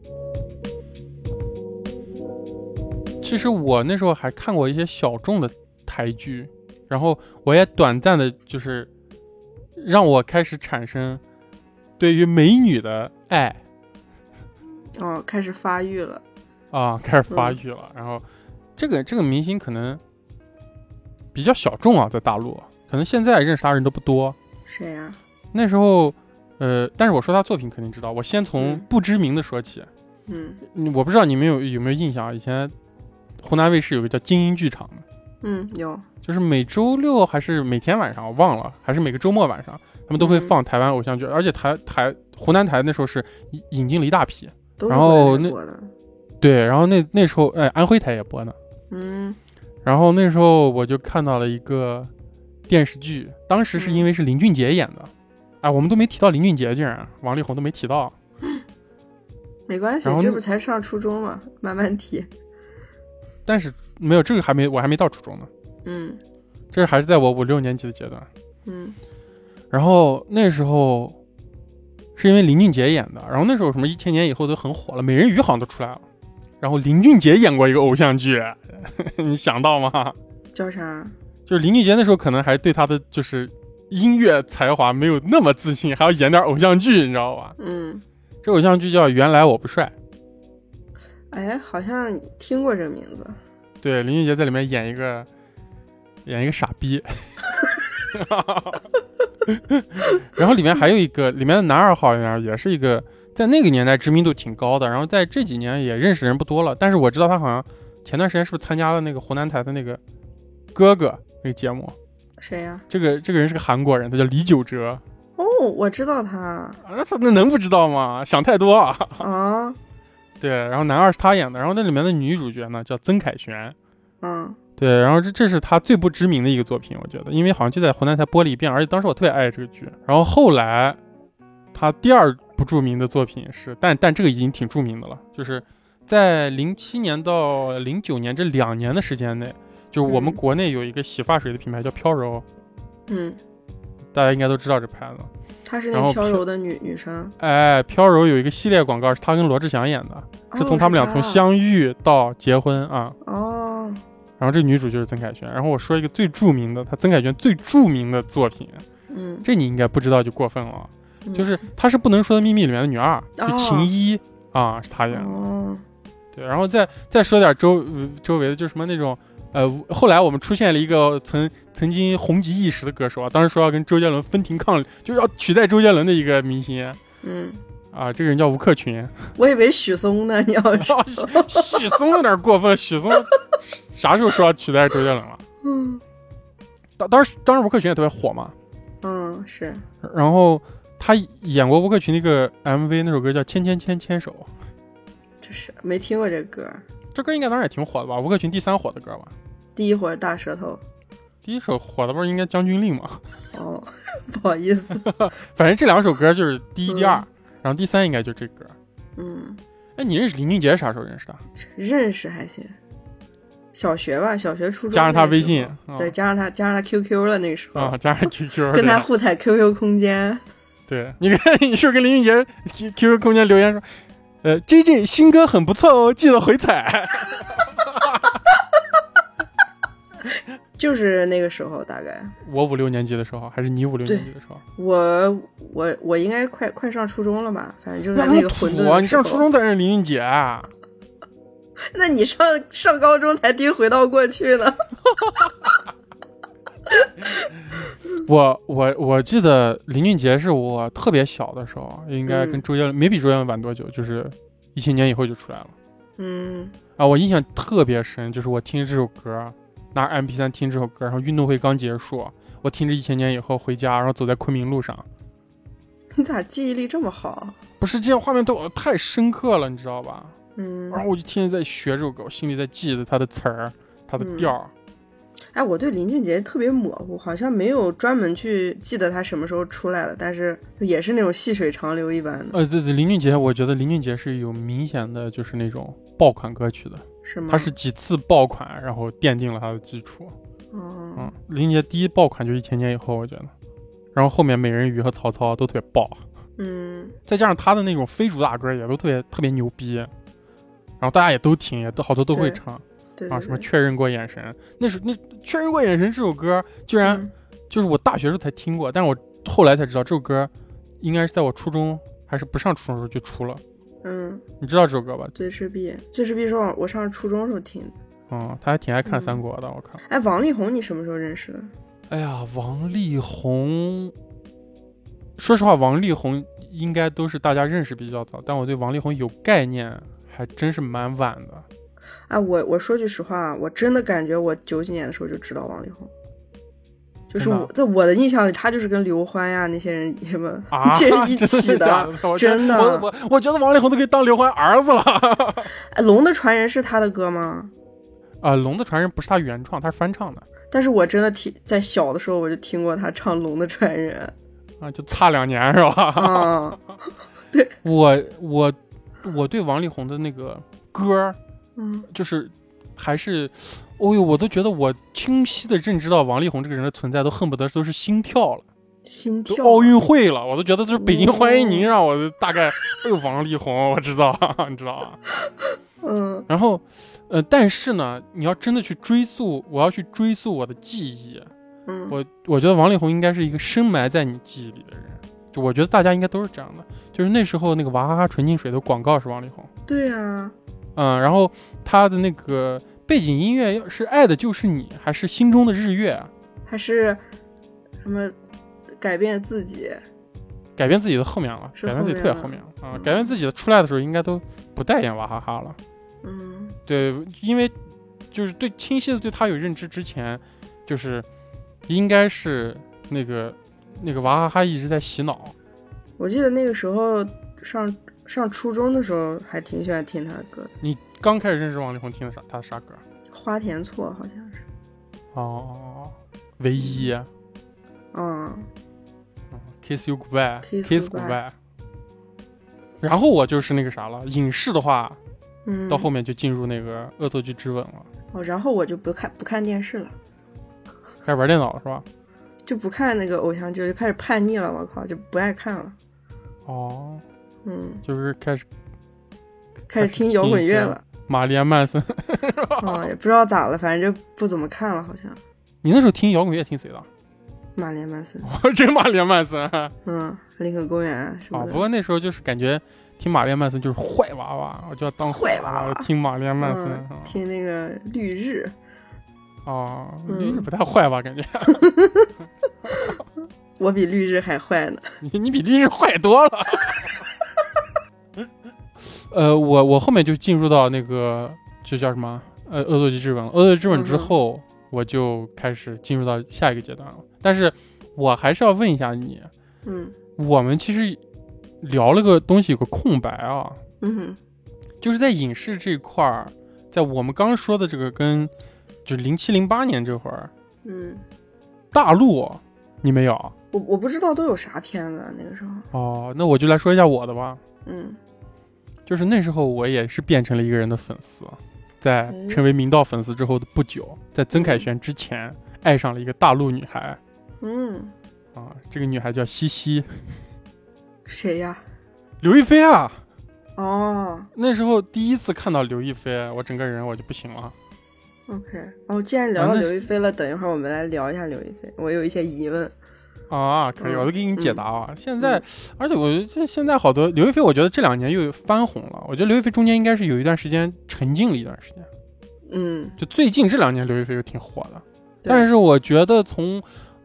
其实我那时候还看过一些小众的台剧，然后我也短暂的就是让我开始产生对于美女的爱。 哦，开始发育了啊，开始发育了。然后这个明星可能比较小众啊，在大陆可能现在认识他人都不多。 谁呀？ 那时候但是我说他作品肯定知道，我先从不知名的说起。我不知道你们有没有印象，以前湖南卫视有个叫精英剧场的， 有， 就是每周六还是每天晚上我忘了，还是每个周末晚上他们都会放台湾偶像剧，而且湖南台那时候是引进了一大批，然后对，然后那时候安徽台也播呢，然后那时候我就看到了一个电视剧，当时是因为是林俊杰演的，我们都没提到林俊杰，竟然王力宏都没提到， 没关系，这不才上初中嘛，慢慢提。 但是没有这个我还没到初中呢，这还是在我5、6年级的阶段，然后那时候是因为林俊杰演的，然后那时候什么1000年以后都很火了，美人鱼好像都出来了，然后林俊杰演过一个偶像剧，你想到吗？ 叫啥？ 就是林俊杰那时候可能还对他的就是音乐才华没有那么自信，还要演点偶像剧，你知道吧？这偶像剧叫《原来我不帅》。 哎，好像听过这个名字。 对，林俊杰在里面演一个傻逼，然后里面还有一个里面的男二号也是一个在那个年代知名度挺高的，然后在这几年也认识人不多了，但是我知道他好像前段时间是不是参加了那个湖南台的那个哥哥那个节目？ 谁呀？ 这个人是个韩国人，他叫李玖哲。 哦，我知道他。 那能不知道吗？想太多啊。 对，然后男二是他演的，然后那里面的女主角呢叫曾凯旋，对，然后这是他最不知名的一个作品，我觉得，因为好像就在湖南台播了一遍，而且当时我特别爱这个剧。然后后来他第二不著名的作品是，但这个已经挺著名的了，就是在07年到09年这2年的时间内，就是我们国内有一个洗发水的品牌叫飘柔，大家应该都知道这牌子。 她是那飘柔的女生。 飘柔有一个系列广告是她跟罗志祥演的，是从他们俩从相遇到结婚啊。然后这个女主就是曾凯旋。然后我说一个最著名的，她曾凯旋最著名的作品，这你应该不知道就过分了，就是她是《不能说的秘密》里面的女二，就秦一是她演的。对，然后再说点周围的，就是什么那种。后来我们出现了一个曾经红极一时的歌手当时说要跟周杰伦分庭抗礼，就要取代周杰伦的一个明星。这个人叫吴克群。 我以为许嵩呢，你要说许嵩有点过分，许嵩啥时候说要取代周杰伦了？当时吴克群也特别火嘛。 是。 然后他演过吴克群那个 MV， 那首歌叫《牵牵牵牵手》。 这是没听过这歌。 这歌应该当然也挺火的吧？吴克群第3火的歌吧？ 第1火大舌头， 第1首火的不是应该将军令吗？ 不好意思， 反正这2首歌就是第1、第2，然后第3应该就这歌。你认识林俊杰啥时候认识的？ 认识还行，小学吧，小学初中加上他微信， 对，加上他 QQ 了那个时候加上 QQ 跟他互踩 QQ 空间。 对，你看你是不是跟林俊杰 QQ 空间留言说JJ 新歌很不错哦，记得回踩。 就是那个时候，大概我5、6年级的时候，还是你5、6年级的时候？ 我应该快上初中了吧？反正就是在那个混沌的时候。 你上初中才认识林俊杰啊？ 那你上高中才听回到过去呢？ 我记得林俊杰是我特别小的时候，应该跟周杰伦、没比周杰伦晚多久，就是1000年以后就出来了。我印象特别深，就是我听这首歌，拿 MP3 听这首歌，然后运动会刚结束，我听着1000年以后回家，然后走在昆明路上。 你咋记忆力这么好？ 不是，这些画面对我太深刻了，你知道吧？然后我就天天在学这首歌，我心里在记着他的词儿，他的调。 我对林俊杰特别模糊，好像没有专门去记得他什么时候出来了，但是也是那种细水长流一般的。 对，林俊杰，我觉得林俊杰是有明显的就是那种爆款歌曲的， 是吗？ 他是几次爆款，然后奠定了他的基础。林俊杰第一爆款就是1000年以后，我觉得，然后后面美人鱼和曹操都特别爆。再加上他的那种非主打歌也都特别牛逼，然后大家也都听，也都好多都会唱。 对， 什么确认过眼神，那确认过眼神这首歌居然就是我大学时候才听过，但是我后来才知道这首歌应该是在我初中还是不上初中的时候就出了。你知道这首歌吧？ 醉赤壁是我上初中时候听的。 他还挺爱看三国的，我看。 王力宏你什么时候认识的？ 哎呀，王力宏，说实话，王力宏应该都是大家认识比较早，但我对王力宏有概念还真是蛮晚的。 我说句实话，我真的感觉我90几年的时候就知道王力宏，就是在我的印象里，他就是跟刘欢呀那些人什么这人一起的，真的。 我觉得王力宏都可以当刘欢儿子了。 龙的传人是他的歌吗？ 龙的传人不是他原创，他是翻唱的。 但是我真的在小的时候我就听过他唱龙的传人。 就差2年是吧？ 对。 我对王力宏的那个歌。就是还是我都觉得我清晰的认知到王力宏这个人的存在，都恨不得都是心跳了，都奥运会了，我都觉得就是北京欢迎您，让我大概王力宏我知道，你知道吧？然后但是呢，你要真的去追溯，我要去追溯我的记忆，我觉得王力宏应该是一个深埋在你记忆里的人，就我觉得大家应该都是这样的，就是那时候那个娃哈哈纯净水的广告是王力宏。 对啊。 然后他的那个背景音乐是爱的就是你，还是心中的日月， 还是什么改变自己？ 改变自己的后面了，改变自己特别后面了改变自己的出来的时候应该都不代言娃哈哈了。对，因为就是对清晰的对他有认知之前，就是应该是那个娃哈哈一直在洗脑。 我记得那个时候上初中的时候还挺喜欢听他的歌。 你刚开始认识王力宏听的他的啥歌？ 花田错好像是。 唯一。Kiss You Goodbye。Kiss Goodbye。然后我就是那个啥了，影视的话，到后面就进入那个恶作剧之吻了。 然后我就不看电视了， 开始玩电脑了是吧？ 就不看那个偶像剧，就开始叛逆了，我靠，就不爱看了。 就是开始听摇滚乐了， 玛丽安曼森。 也不知道咋了，反正就不怎么看了，好像。 你那时候听摇滚乐听谁的？ 玛丽安曼森。 真玛丽安曼森。 林肯公园什么的。 不过那时候就是感觉听玛丽安曼森就是坏娃娃，我就要当坏娃娃， 听玛丽安曼森。 听那个绿日。 绿日不太坏吧？感觉。 我比绿日还坏呢。 你比绿日坏多了。我后面就进入到那个就叫什么恶作剧之吻了。恶作剧之吻之后，我就开始进入到下一个阶段了。但是我还是要问一下你，我们其实聊了个东西有个空白啊，就是在影视这一块儿，在我们刚刚说的这个跟就是07、08年这会儿，大陆你没有？ 我不知道都有啥片子那个时候。那我就来说一下我的吧。就是那时候我也是变成了一个人的粉丝，在成为明道粉丝之后的不久，在曾凯旋之前爱上了一个大陆女孩。这个女孩叫西西。 谁呀？ 刘亦菲啊。 那时候第一次看到刘亦菲，我整个人我就不行了。 OK， 既然聊到刘亦菲了，等一会儿我们来聊一下刘亦菲，我有一些疑问。 可以，我都给你解答现在，而且我觉得现在好多刘亦菲，我觉得这2年又翻红了。我觉得刘亦菲中间应该是有一段时间沉静了一段时间。就最近这2年刘亦菲又挺火的。 但是我觉得从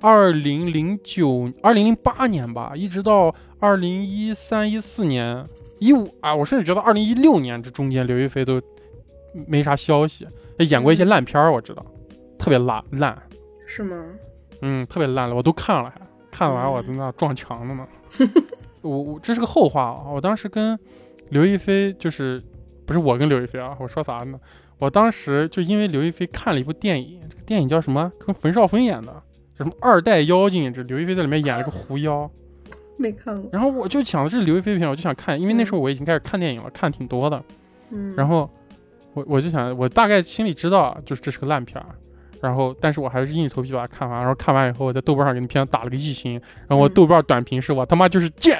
2008年吧，一直到2013、14年、15啊，我甚至觉得2016年这中间刘亦菲都没啥消息，演过一些烂片我知道，特别烂。 是吗？ 特别烂了，我都看了，看完我在那撞墙的呢。我这是个后话啊，我当时跟刘亦菲不是我跟刘亦菲啊，我说啥呢？我当时就因为刘亦菲看了一部电影，这个电影叫什么？跟冯绍峰演的，什么二代妖精，这刘亦菲在里面演了个狐妖， 没看过。 然后我就想的是刘亦菲片，我就想看，因为那时候我已经开始看电影了，看挺多的。然后我就想，我大概心里知道，就是这是个烂片。然后，但是我还是硬着头皮把它看完。然后看完以后，我在豆瓣上给那片打了个1星。然后我豆瓣短评是我他妈就是贱，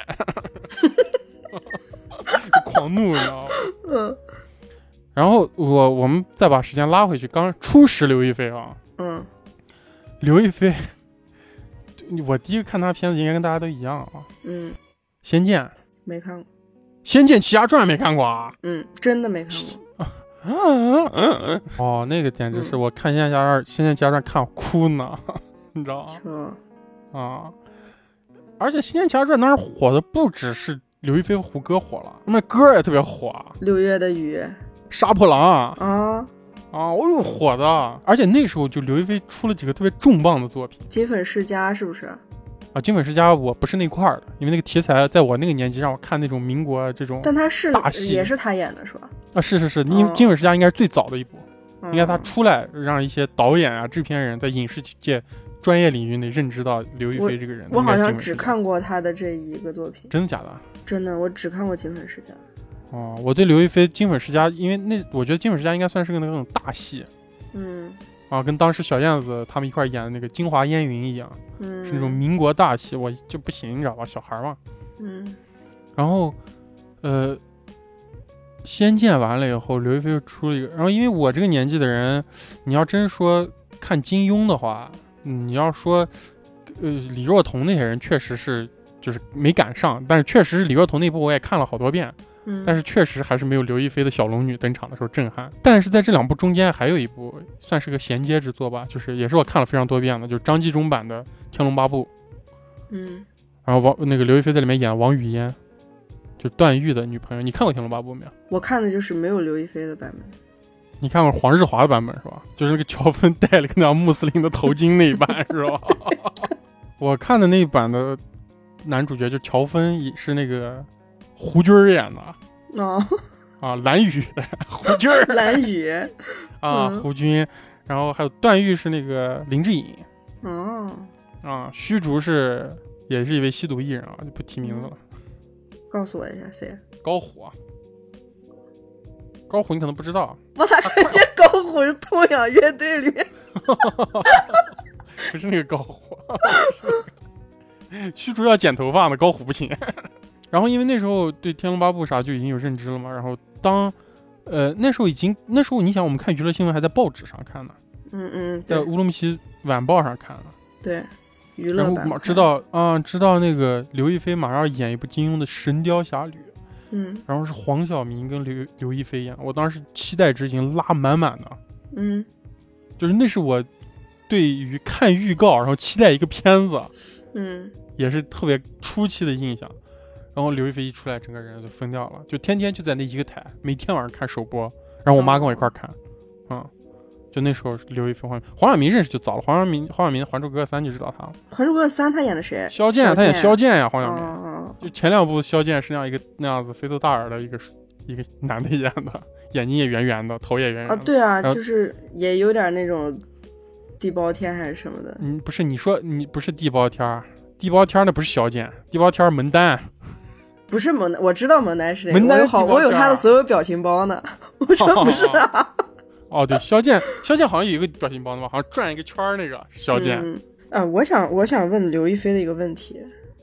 狂怒，你知道吗？然后我们再把时间拉回去，刚初识刘亦菲啊。刘亦菲，我第一个看她片子应该跟大家都一样啊。仙剑没看过。 仙剑奇侠传没看过啊？ 真的没看过。 哦，那个简直是我看仙剑奇侠传看我哭呢，你知道吗？而且仙剑奇侠传当时火的不只是刘亦菲和胡歌火了，那歌也特别火， 六月的雨， 杀破狼火的。而且那时候就刘亦菲出了几个特别重磅的作品， 金粉世家是不是？ 金粉世家我不是那块的，因为那个题材在我那个年纪让我看那种民国这种， 但他是大戏也是他演的是吧？ 是，因为金粉世家应该是最早的一部，应该他出来让一些导演啊、制片人在影视界专业领域内认知到刘亦菲这个人。 我好像只看过他的这一个作品。 真的假的？ 真的，我只看过金粉世家。 我对刘亦菲金粉世家，因为我觉得金粉世家应该算是个那种大戏。跟当时小燕子他们一块演的那个《京华烟云》一样，是那种民国大戏，我就不行，你知道吧？小孩嘛。然后，仙剑完了以后，刘亦菲又出了一个。然后，因为我这个年纪的人，你要真说看金庸的话，你要说，李若彤那些人确实是就是没赶上，但是确实是李若彤那部我也看了好多遍。但是确实还是没有刘亦菲的小龙女登场的时候震撼。但是在这两部中间还有一部算是个衔接之作吧，就是也是我看了非常多遍的，就是张纪中版的《天龙八部》。然后那个刘亦菲在里面演王语嫣，就段誉的女朋友。你看过《天龙八部》没有？ 我看的就是没有刘亦菲的版本。 你看过黄日华的版本是吧？就是那个乔峰戴了个那样穆斯林的头巾那一版是吧？我看的那一版的男主角就乔峰是那个胡军演的。蓝宇胡军蓝宇胡军，然后还有段誉是那个林志颖。虚竹也是一位吸毒艺人啊，就不提名字了。 告诉我一下谁？ 高虎你可能不知道。 我咋感觉高虎是痛仰乐队里面？ 不是那个高虎，虚竹要剪头发呢，高虎不行。然后因为那时候对天龙八部啥就已经有认知了嘛，然后那时候你想我们看娱乐新闻还在报纸上看呢，在乌鲁木齐晚报上看了。 对，娱乐版。然后知道那个刘亦菲马上要演一部金庸的《神雕侠侣》。然后是黄晓明跟刘亦菲演，我当时期待值已经拉满满的。就是那是我对于看预告然后期待一个片子，也是特别初期的印象。然后刘亦菲一出来，整个人就疯掉了，就天天就在那一个台，每天晚上看首播。然后我妈跟我一块看，就那时候刘亦菲、黄晓明认识就早了。黄晓明《还珠格格3》就知道他了。 《还珠格格3》他演的谁？ 萧剑，他演萧剑呀。黄晓明就前两部萧剑是那样子肥头大耳的一个男的演的，眼睛也圆圆的，头也圆圆的。 对啊，就是也有点那种地包天还是什么的。 不是，你说你不是地包天那不是萧剑，地包天蒙丹。 不是蒙丹，我知道蒙丹是那个，我有他的所有表情包呢。我说不是啊。 对，萧剑好像有一个表情包的吧，好像转一个圈那个萧剑。 我想问刘亦菲的一个问题。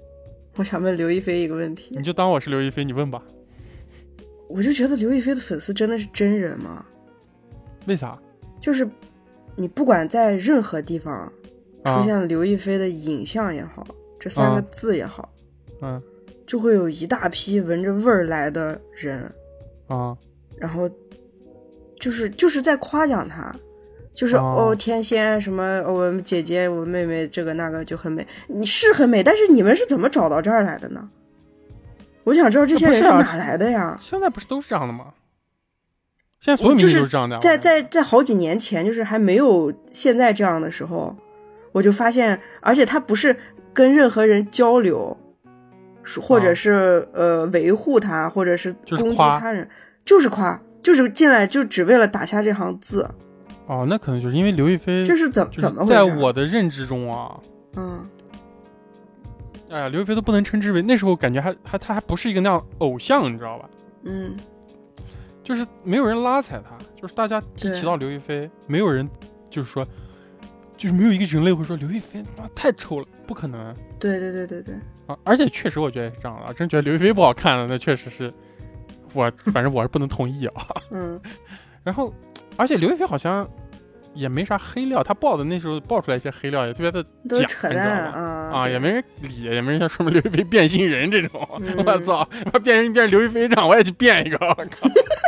你就当我是刘亦菲，你问吧。 我就觉得刘亦菲的粉丝真的是真人吗？ 为啥？ 就是你不管在任何地方出现了刘亦菲的影像也好，这3个字也好，就会有一大批闻着味儿来的人然后就是在夸奖他， 就是天仙什么我们姐姐我妹妹这个那个就很美，你是很美，但是你们是怎么找到这儿来的呢？我想知道这些人是哪来的呀？ 现在不是都是这样的吗？现在所有明星都是这样的。 在好几年前，就是还没有现在这样的时候，我就发现，而且他不是跟任何人交流，或者是维护他，或者是攻击他人，就是夸，就是进来就只为了打下这行字。 哦，那可能就是因为刘亦菲， 这是怎么回事？ 在我的认知中啊，哎呀，刘亦菲都不能称之为那时候感觉她还不是一个那样偶像，你知道吧？就是没有人拉踩她，就是大家提到刘亦菲，没有人就是说，就是没有一个人类会说刘亦菲太丑了，不可能。 对啊，而且确实我觉得是这样的，真觉得刘亦菲不好看了，那确实是反正我是不能同意啊。然后，而且刘亦菲好像也没啥黑料，她那时候爆出来一些黑料也特别的假， 扯淡啊， 也没人理，也没人像说明刘亦菲变性人这种。我操，我变刘亦菲这样，我也去变一个，我靠。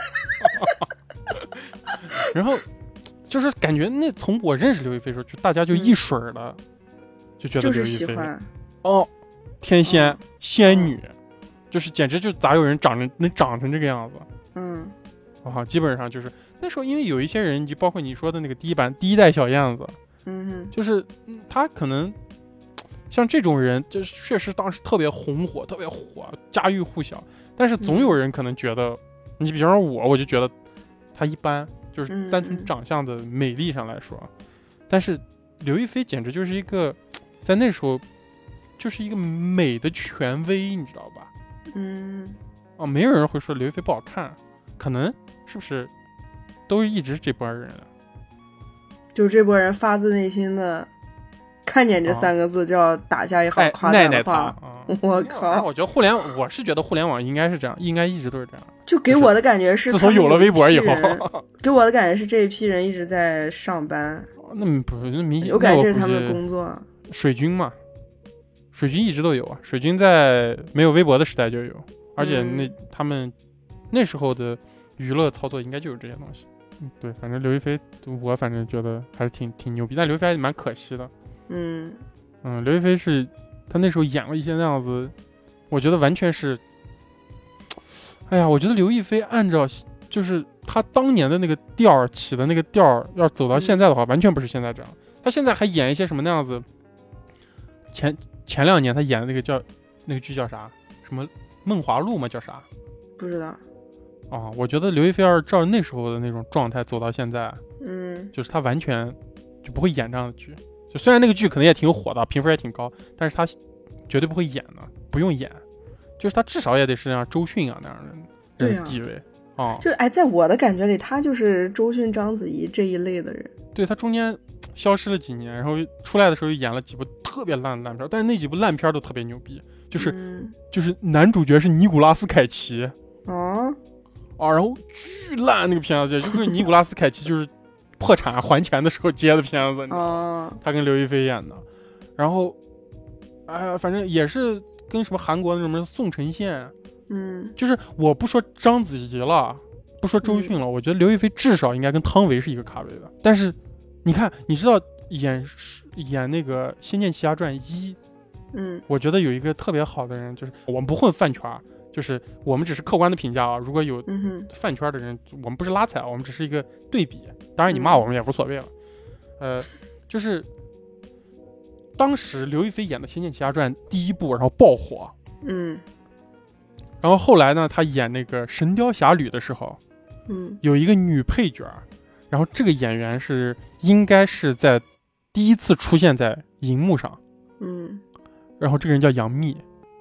然后就是感觉那从我认识刘亦菲的时候，就大家就一水儿的就觉得刘亦菲天仙仙女，就是简直就咋有人能长成这个样子。基本上就是那时候，因为有一些人，就包括你说的那个第一代小燕子，就是他可能像这种人，就是确实当时特别红火，特别火，家喻户晓。但是总有人可能觉得，你比方说我就觉得他一般，就是单纯长相的美丽上来说。但是刘亦菲简直就是一个在那时候就是一个美的权威，你知道吧？没有人会说刘亦菲不好看，可能是不是都一直这波人， 就这波人发自内心的看见这三个字就要打下一行夸赞的话。我靠！ 我觉得我是觉得互联网应该是这样，应该一直都是这样。 就给我的感觉是， 自从有了微博以后， 给我的感觉是这一批人一直在上班。 那不是，那明显我感觉这是他们的工作。 水军嘛，水军一直都有啊。水军在没有微博的时代就有，而且他们那时候的娱乐操作应该就是这些东西。对，反正刘亦菲，我反正觉得还是挺牛逼，但刘亦菲还蛮可惜的。刘亦菲是她那时候演了一些那样子，我觉得完全是，哎呀，我觉得刘亦菲按照就是她当年的那个调起的那个调，要走到现在的话，完全不是现在这样。她现在还演一些什么那样子，前2年她演的那个剧叫啥？什么梦华录吗？叫啥？ 不知道。 我觉得刘亦菲要是照那时候的那种状态走到现在，就是她完全就不会演这样的剧。就虽然那个剧可能也挺火的，评分也挺高，但是她绝对不会演的，不用演，就是她至少也得是像周迅那样的人地位就在我的感觉里，她就是周迅、章子怡这一类的人。 对，她中间消失了几年，然后出来的时候又演了几部特别烂片，但是那几部烂片都特别牛逼，就是男主角是尼古拉斯凯奇然后巨烂那个片子，就是尼古拉斯凯奇就是破产还钱的时候接的片子，你知道吗？他跟刘亦菲演的，然后反正也是跟什么韩国的什么宋承宪，就是我不说章子怡了，不说周迅了，我觉得刘亦菲至少应该跟汤唯是一个咖位的。但是你看，你知道演那个《仙剑奇侠传1》，我觉得有一个特别好的人，就是我们不混饭圈，就是我们只是客观的评价啊。如果有饭圈的人，我们不是拉踩，我们只是一个对比。当然你骂我们也无所谓了。就是当时刘亦菲演的《仙剑奇侠传》第1部，然后爆火。然后后来呢，她演那个《神雕侠侣》的时候，有一个女配角，然后这个演员应该是在第一次出现在荧幕上。然后这个人叫杨幂。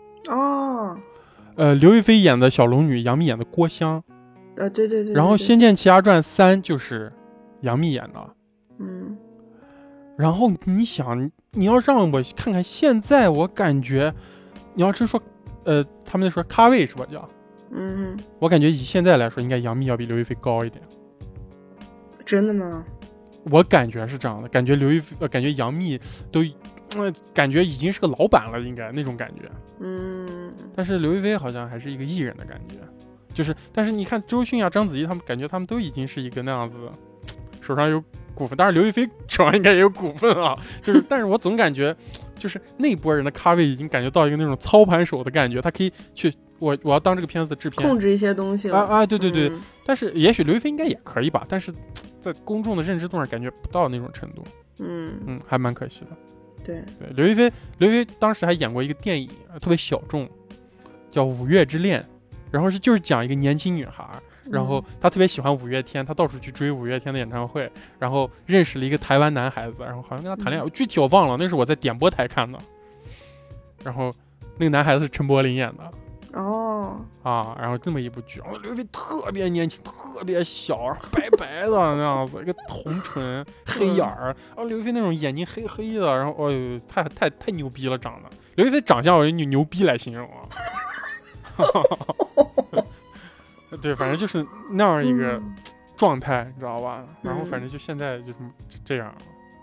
刘亦菲演的小龙女，杨幂演的郭襄。 对。 然后《仙剑奇侠传3》就是杨幂演的。然后你想，你要让我看看现在，我感觉你要真说，他们那说咖位是吧？叫，我感觉以现在来说，应该杨幂要比刘亦菲高一点。 真的吗？ 我感觉是这样的，感觉刘亦菲，感觉杨幂都。感觉已经是个老板了，应该那种感觉。但是刘亦菲好像还是一个艺人的感觉，就是，但是你看周迅啊、章子怡他们，感觉他们都已经是一个那样子手上有股份，当然刘亦菲手上应该也有股份啊，就是但是我总感觉就是那波人的咖位已经感觉到一个那种操盘手的感觉，他可以去我要当这个片子的制片， 控制一些东西了对对对、但是也许刘亦菲应该也可以吧，但是在公众的认知度上感觉不到那种程度，还蛮可惜的。 对， 刘亦菲当时还演过一个电影，特别小众，叫《五月之恋》，然后就是讲一个年轻女孩，然后她特别喜欢五月天，她到处去追五月天的演唱会，然后认识了一个台湾男孩子，然后好像跟他谈恋爱，具体我忘了，那是我在点播台看的。然后那个男孩子是陈柏霖演的。然后这么一部剧，刘亦菲特别年轻，特别小，白白的那样子，一个红唇黑眼儿，刘亦菲那种眼睛黑黑的，然后太牛逼了，长得刘亦菲长相我用牛逼来形容啊。对，反正就是那样一个状态，你知道吧？然后反正就现在就是这样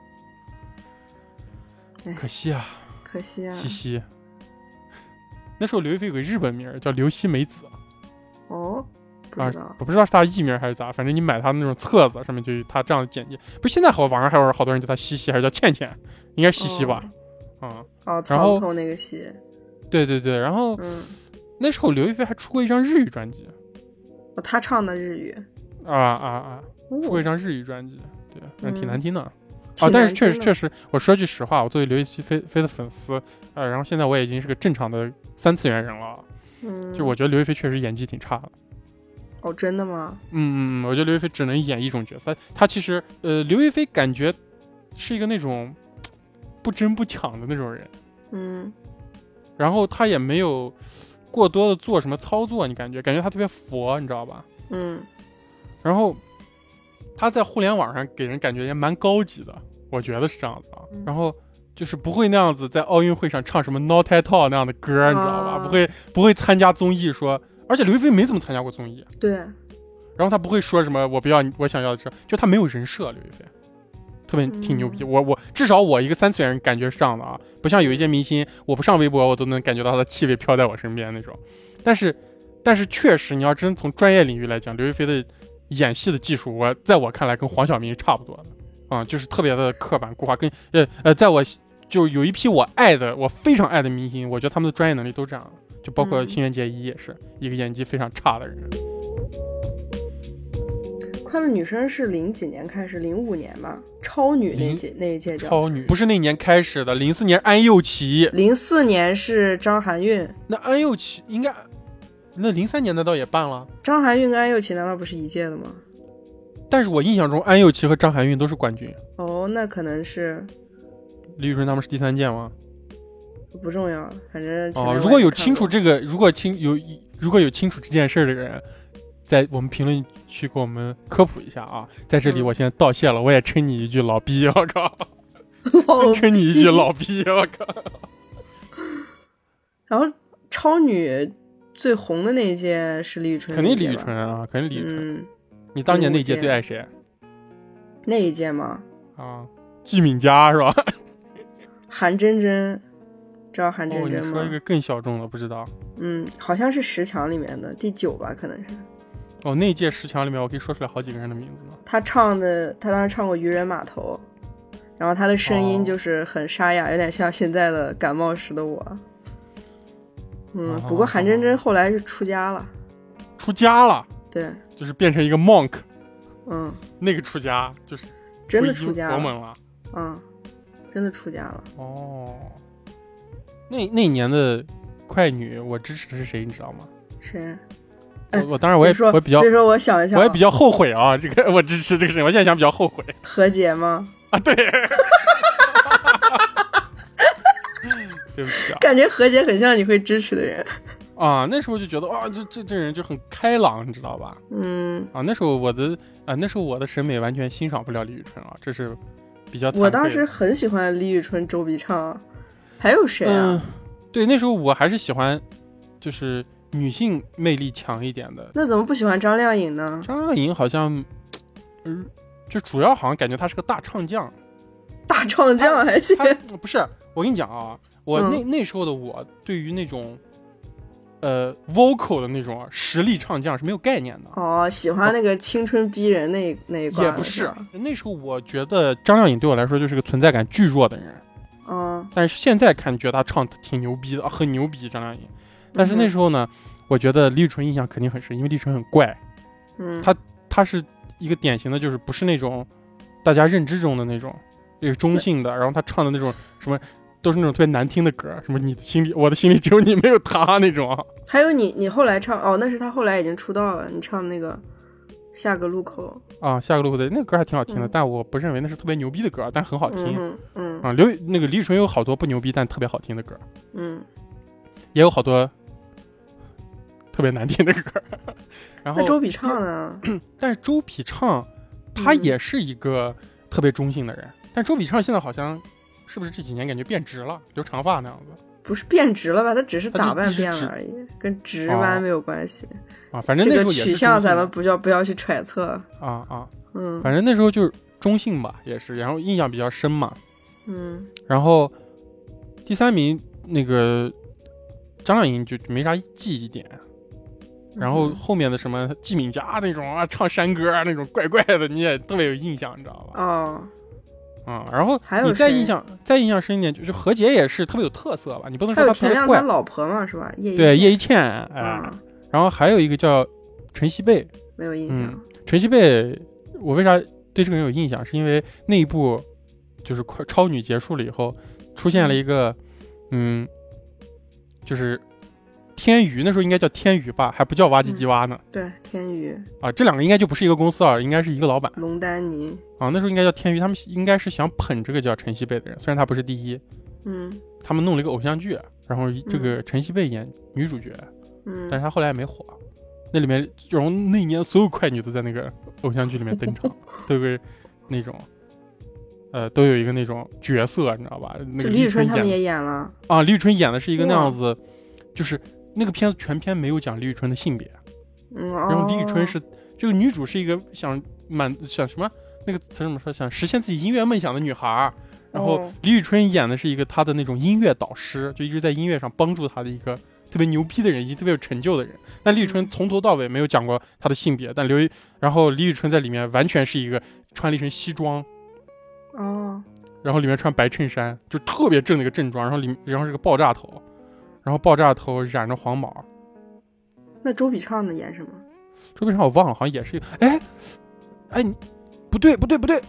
了，可惜啊，西西。那时候刘亦菲有个日本名叫刘希美子。 不知道， 我不知道是她艺名还是咋，反正你买她那种册子上面就有她这样的简介。不是现在网上还有好多人叫她西西，还是叫倩倩，应该是西西吧？ 曹头那个西。 对对对，然后那时候刘亦菲还出过一张日语专辑。 她唱的日语。 出过一张日语专辑，对，但挺难听的。但是确实，我说句实话，我作为刘亦菲的粉丝，然后现在我也已经是个正常的3次元人了，就我觉得刘亦菲确实演技挺差的。 真的吗？ 我觉得刘亦菲只能演一种角色，她其实刘亦菲感觉是一个那种不争不抢的那种人，然后她也没有过多的做什么操作，你感觉她特别佛，你知道吧？然后她在互联网上给人感觉也蛮高级的，我觉得是这样子啊。然后就是不会那样子在奥运会上唱什么 Not at all 那样的歌，你知道吧？不会参加综艺说，而且刘亦菲没怎么参加过综艺。 对。 然后她不会说什么我不要我想要的是，就她没有人设，刘亦菲特别挺牛逼。我至少我一个3次元人感觉是这样的啊，不像有一些明星，我不上微博我都能感觉到他的气味飘在我身边那种。但是确实你要真从专业领域来讲，刘亦菲的演戏的技术，在我看来跟黄晓明差不多的，就是特别的刻板固化，跟在我就有一批我非常爱的明星，我觉得他们的专业能力都这样，就包括新垣结衣也是一个演技非常差的人。 快乐女生是零几年开始？05年吧，超女那一届叫超女，不是那年开始的，04年安又琪 ，04年是张含韵。 那安又琪应该，那03年难道也办了？ 张含韵跟安又琪难道不是一届的吗？ 但是我印象中安又琪和张含韵都是冠军。 那可能是李宇春他们是第3届吗？ 不重要，反正如果有清楚这个，如果有清楚这件事的人，在我们评论区给我们科普一下啊！在这里我现在道谢了，我也称你一句老逼，我靠！真称你一句老逼，我靠！ 然后超女最红的那一届是李宇春， 肯定李宇春啊，肯定李宇春。你当年那一届最爱谁？ 那一届吗？ 季敏佳是吧？ 韩真真，知道韩真真吗？ 你说一个更小众的，不知道。 好像是10强里面的第9吧，可能是。 那一届10强里面，我可以说出来好几个人的名字呢。 他当时唱过《渔人码头》，然后他的声音就是很沙哑，有点像现在的感冒时的我。不过韩真真后来是出家了。 出家了？ 对， 就是变成一个 monk。那个出家就是真的出家了， 佛门了。 真的出家了。 那一年的快女，我支持的是谁，你知道吗？ 谁？ 我当然我比较， 所以说我想一下， 我也比较后悔啊，这个我支持这个事，我现在想比较后悔。 何洁吗？ 对。对不起啊， 感觉何洁很像你会支持的人那时候就觉得这人就很开朗，你知道吧？那时候我的审美完全欣赏不了李宇春啊，这是比较惭愧的。 我当时很喜欢李宇春、周笔畅，还有谁啊？ 对，那时候我还是喜欢就是女性魅力强一点的。 那怎么不喜欢张靓颖呢？ 张靓颖好像就主要好像感觉她是个大唱将。 大唱将还行？ 不是，我跟你讲啊，我那时候的我对于那种 vocal 的那种实力唱将是没有概念的。 哦，喜欢那个青春逼人那一挂。 也不是，那时候我觉得张靓颖对我来说就是个存在感巨弱的人。但是现在看觉得她唱挺牛逼的，很牛逼张靓颖。但是那时候呢，我觉得李宇春印象肯定很深，因为李宇春很怪。她是一个典型的，就是不是那种大家认知中的那种中性的，然后她唱的那种什么都是那种特别难听的歌，什么你的心里我的心里只有你没有他那种。 还有你后来唱那是他后来已经出道了，你唱那个下个路口下个路口的那个歌还挺好听的，但我不认为那是特别牛逼的歌，但很好听。那个李宇春有好多不牛逼但特别好听的歌，也有好多特别难听的歌。然后那周笔畅呢？ 但是周笔畅他也是一个特别中性的人，但周笔畅现在好像是不是这几年感觉变直了，留长发那样子？ 不是变直了吧，他只是打扮变了而已，跟直弯没有关系。 反正那时候也是这个取向咱们不要去揣测。 反正那时候就是中性吧，也是，然后印象比较深嘛。然后第3名那个张靓颖就没啥记忆点，然后后面的什么季敏佳那种唱山歌那种怪怪的，你也特别有印象，你知道吧？然后你再印象深一点，就是何洁也是特别有特色吧，你不能说她特别怪。 田亮他老婆嘛，是吧？ 对，叶一茜。然后还有一个叫陈曦贝， 没有印象。 陈曦贝，我为啥对这个人有印象？是因为那一部就是超女结束了以后，出现了一个就是天娱，那时候应该叫天娱吧，还不叫哇唧唧哇呢。 对，天娱这两个应该就不是一个公司应该是一个老板。 龙丹妮那时候应该叫天娱，他们应该是想捧这个叫陈曦贝的人，虽然他不是第一。他们弄了一个偶像剧，然后这个陈曦贝演女主角，但是他后来也没火。那里面，然后那年所有快女都在那个偶像剧里面登场，都有个那种，都有一个那种角色，你知道吧？那个李宇春他们也演了李宇春演的是一个那样子，就是那个片子全片没有讲李宇春的性别，然后李宇春是这个女主是一个想什么那个词怎么说，想实现自己音乐梦想的女孩，然后李宇春演的是一个她的那种音乐导师，就一直在音乐上帮助她的一个特别牛逼的人，以及特别有成就的人。但李宇春从头到尾没有讲过她的性别，然后李宇春在里面完全是一个穿了一身西装，然后里面穿白衬衫，就特别正的一个正装，然后是个爆炸头，然后爆炸头染着黄毛。 那周笔畅呢演什么？ 周笔畅我忘了，好像也是一个。不对，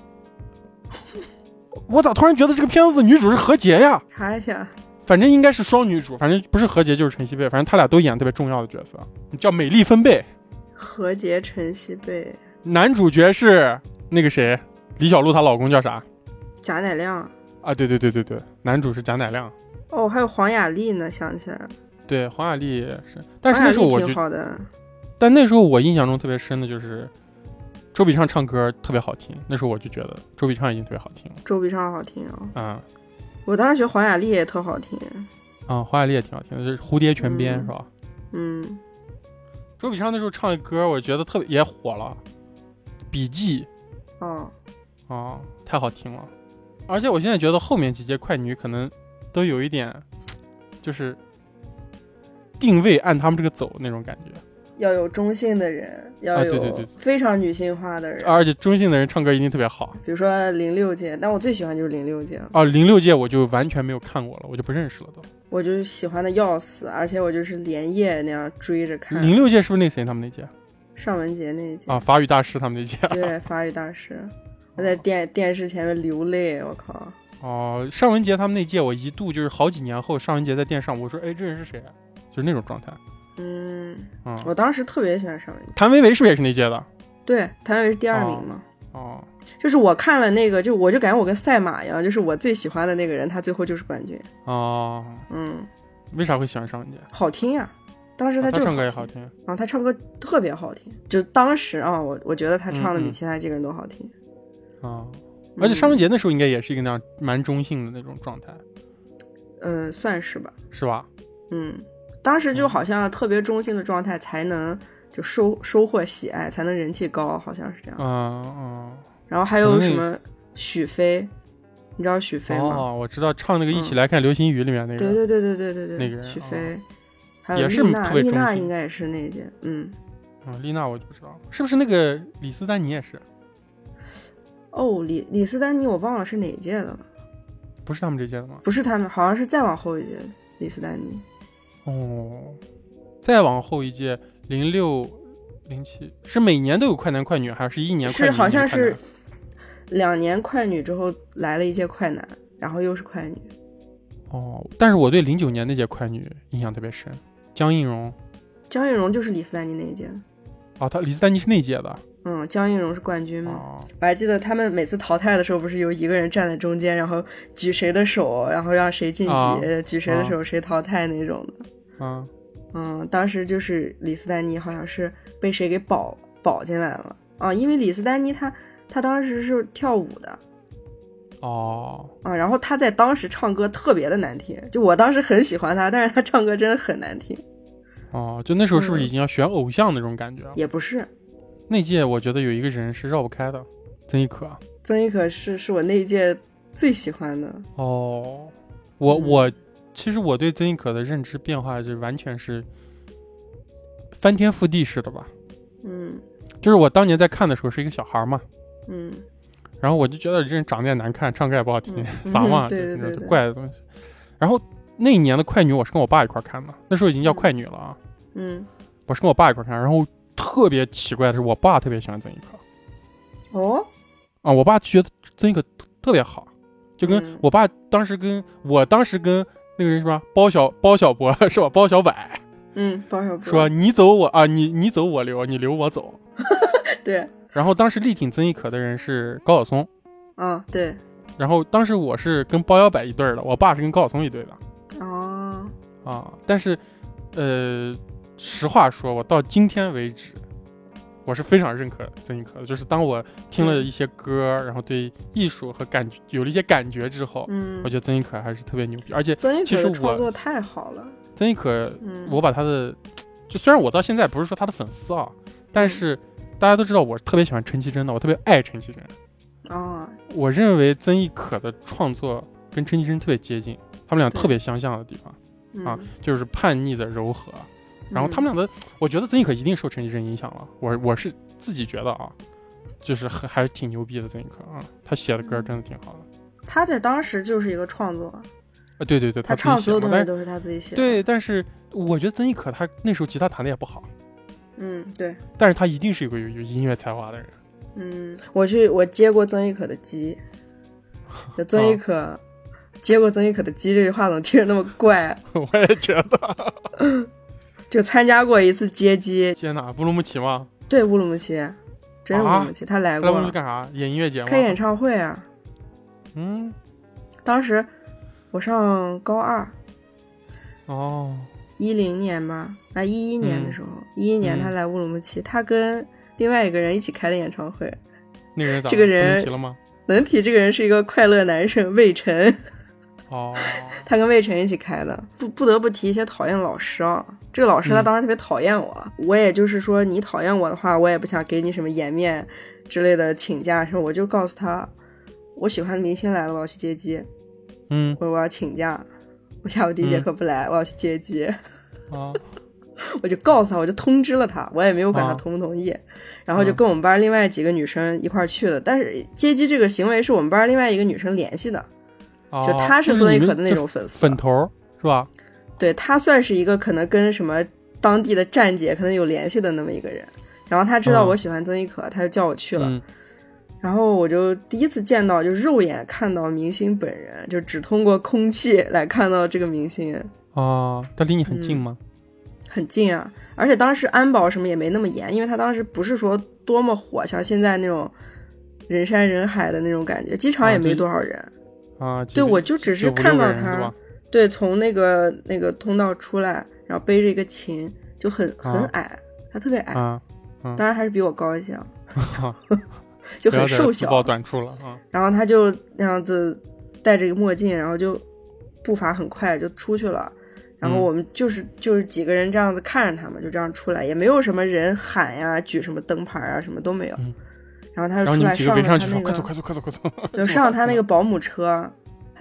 我咋突然觉得这个片子的女主是何洁呀？ 查一下。 反正应该是双女主，反正不是何洁就是陈曦贝，反正他俩都演特别重要的角色，叫美丽分贝。 何洁、陈曦贝。 男主角是那个谁，李小璐她老公叫啥？ 贾乃亮。 对，男主是贾乃亮。 还有黄雅莉呢，想起来了。 对，黄雅莉也是，但是那时候我挺好的。 但那时候我印象中特别深的就是周笔畅唱歌特别好听，那时候我就觉得周笔畅已经特别好听了。 周笔畅好听我当时觉得黄雅莉也特好听黄雅莉也挺好听的，就是蝴蝶泉边是吧？周笔畅那时候唱的歌我觉得特别也火了，笔记太好听了。而且我现在觉得后面几届快女可能都有一点就是定位按他们这个走那种感觉， 要有中性的人，要有非常女性化的人， 而且中性的人唱歌一定特别好。 比如说06届，但我最喜欢就是06届 06届我就完全没有看过了，我就不认识了都。 我就喜欢的要死，而且我就是连夜那样追着看。 06届是不是那谁他们那届？ 尚雯婕那一届法语大师他们那届。 对，法语大师，我在电视前面流泪，我靠。 尚雯婕他们那届，我一度就是好几年后，尚雯婕在电视上，我说这人是谁啊？就是那种状态。 我当时特别喜欢尚雯婕。 谭维维是不是也是那届的？ 对，谭维维是第2名嘛。就是我看了那个，我就感觉我跟赛马一样，就是我最喜欢的那个人，他最后就是冠军。 为啥会喜欢尚雯婕？ 好听呀，当时他唱歌也好听。 他唱歌特别好听，就当时我觉得他唱的比其他几个人都好听。 而且尚雯婕那时候应该也是一个那样蛮中性的那种状态。 算是吧。 是吧？ 当时就好像特别中性的状态才能就收获喜爱，才能人气高，好像是这样。然后还有什么许飞，你知道许飞吗？ 我知道，唱那个《一起来看流星雨》里面那个。 对， 那个人许飞。 还有丽娜应该也是那一届。 丽娜我就不知道，是不是那个李斯丹妮也是？ 哦，李斯丹妮我忘了是哪一届的了。 不是他们这届的吗？ 不是他们，好像是再往后一届李斯丹妮。 再往后一届06、07是每年都有快男快女，还是一年快女？ 是好像是2年快女之后来了一届快男，然后又是快女。 但是我对09年那届快女印象特别深，江映蓉就是李斯丹妮那一届。 李斯丹妮是那届的。 江映蓉是冠军嘛。我还记得他们每次淘汰的时候，不是有一个人站在中间，然后举谁的手，然后让谁晋级，举谁的手谁淘汰那种的。当时就是李斯丹妮好像是被谁给保进来了因为李斯丹妮她当时是跳舞的。然后她在当时唱歌特别的难听，就我当时很喜欢她，但是她唱歌真的很难听。 就那时候是不是已经要选偶像那种感觉？ 也不是， 那届我觉得有一个人是绕不开的，曾轶可。 曾轶可是我那一届最喜欢的。 我其实我对曾轶可的认知变化就完全是翻天覆地式的吧。就是我当年在看的时候是一个小孩嘛。然后我就觉得这人长得也难看，唱歌也不好听，撒嘛， 对怪的东西。然后那一年的快女我是跟我爸一块看的，那时候已经叫快女了啊。我是跟我爸一块看，然后特别奇怪的是我爸特别喜欢曾轶可。我爸觉得曾轶可特别好，就跟我爸当时跟那个人是吧，包小柏是吧，包小柏。 包小柏说你走我啊，你走我留，你留我走。 对。然后当时力挺曾轶可的人是高晓松。 对。 然后当时我是跟包小柏一队的，我爸是跟高晓松一队的。但是实话说，我到今天为止我是非常认可曾轶可的，就是当我听了一些歌，然后对艺术和感觉有了一些感觉之后，我觉得曾轶可还是特别牛逼。而且曾轶可的创作太好了。 曾轶可我把他的就虽然我到现在不是说他的粉丝但是大家都知道我特别喜欢陈绮贞的，我特别爱陈绮贞。我认为曾轶可的创作跟陈绮贞特别接近，他们俩特别相像的地方就是叛逆的柔和。然后他们俩的我觉得曾轶可一定受陈绮贞影响了，我是自己觉得就是还是挺牛逼的。曾轶可他写的歌真的挺好的。 他在当时就是一个创作对， 他唱所有东西都是他自己写的。 对，但是我觉得曾轶可他那时候吉他弹的也不好。 对。但是他一定是一个有音乐才华的人。 我接过曾轶可的机，曾轶可接过曾轶可的机这句话怎么听着那么怪？ 我也觉得。 就参加过一次接机。 接哪？乌鲁木齐吗？ 对，乌鲁木齐，真是乌鲁木齐。他来过。 乌鲁木齐干啥？演音乐节吗？ 开演唱会啊。当时我上高2。10年吧，11年的时候，11年他来乌鲁木齐，他跟另外一个人一起开的演唱会。 那个人咋？ 这个人能提了吗？ 能提。这个人是一个快乐男生魏晨。他跟魏晨一起开的。不得不提一些讨厌老师这个老师他当时特别讨厌我，我也就是说你讨厌我的话，我也不想给你什么颜面之类的请假什么，我就告诉他我喜欢的明星来了，我要去接机。或者我要请假，我下午第一节课不来，我要去接机。我就告诉他，我就通知了他，我也没有管他同不同意。然后就跟我们班另外几个女生一块去的。但是接机这个行为是我们班另外一个女生联系的。就他是曾轶可的那种粉丝， 粉头是吧？ 对，他算是一个可能跟什么当地的站姐可能有联系的那么一个人。然后他知道我喜欢曾轶可，他就叫我去了。然后我就第一次见到，就肉眼看到明星本人，就只通过空气来看到这个明星。 他离你很近吗？ 很近啊，而且当时安保什么也没那么严，因为他当时不是说多么火，像现在那种人山人海的那种感觉，机场也没多少人。对，我就只是看到他，对，从那个通道出来，然后背着一个琴，就很矮，他特别矮，当然还是比我高一些就很瘦小， 自曝短处了然后他就那样子戴着一个墨镜，然后就步伐很快就出去了。然后我们就是几个人这样子看着他们，就这样出来，也没有什么人喊呀，举什么灯牌啊，什么都没有。然后他就出来上了他那个， 快走， 就上他那个保姆车，他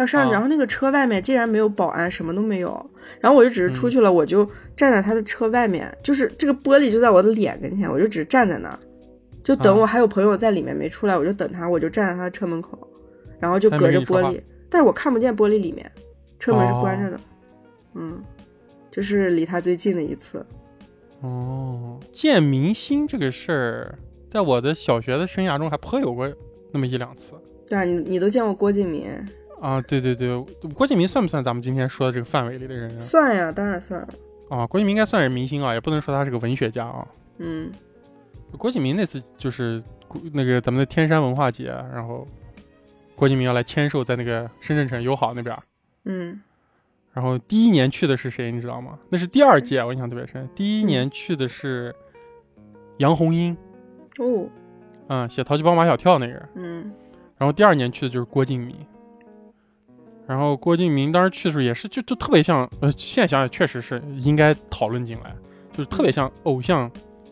他上去，然后那个车外面竟然没有保安，什么都没有。然后我就只是出去了，我就站在他的车外面，就是这个玻璃就在我的脸跟前，我就只站在那儿，就等我还有朋友在里面没出来，我就等他，我就站在他的车门口，然后就隔着玻璃，但是我看不见玻璃里面，车门是关着的。这是离他最近的一次。 见明星这个事儿，在我的小学的生涯中还颇有过那么1-2次。 对啊，你都见过郭敬明啊？对对对，郭敬明算不算咱们今天说的这个范围里的人？ 算呀，当然算。 郭敬明应该算是明星啊，也不能说他是个文学家啊。郭敬明那次就是那个咱们的天山文化节，然后郭敬明要来签售在那个深圳城友好那边。然后第1年去的是谁，你知道吗？那是第2届，我印象特别深。第1年去的是杨红樱。写淘气包马小跳那个。然后第2年去的就是郭敬明。然后郭敬明当时去的时候也是就特别像现在想想确实是应该讨论进来，就是特别像偶像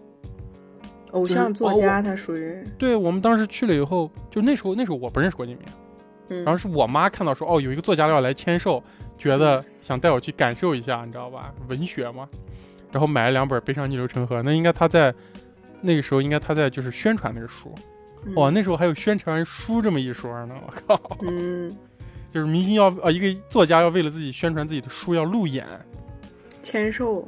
作家，他属于。 对，我们当时去了以后，就那时候我不认识郭敬明，然后是我妈看到说有一个作家要来签售，觉得想带我去感受一下，你知道吧，文学嘛，然后买了2本《悲伤逆流成河》，那应该他在那个时候应该他在就是宣传那个书。那时候还有宣传书这么一说呢，我靠。就是明星一个作家要为了自己宣传自己的书要路演签售。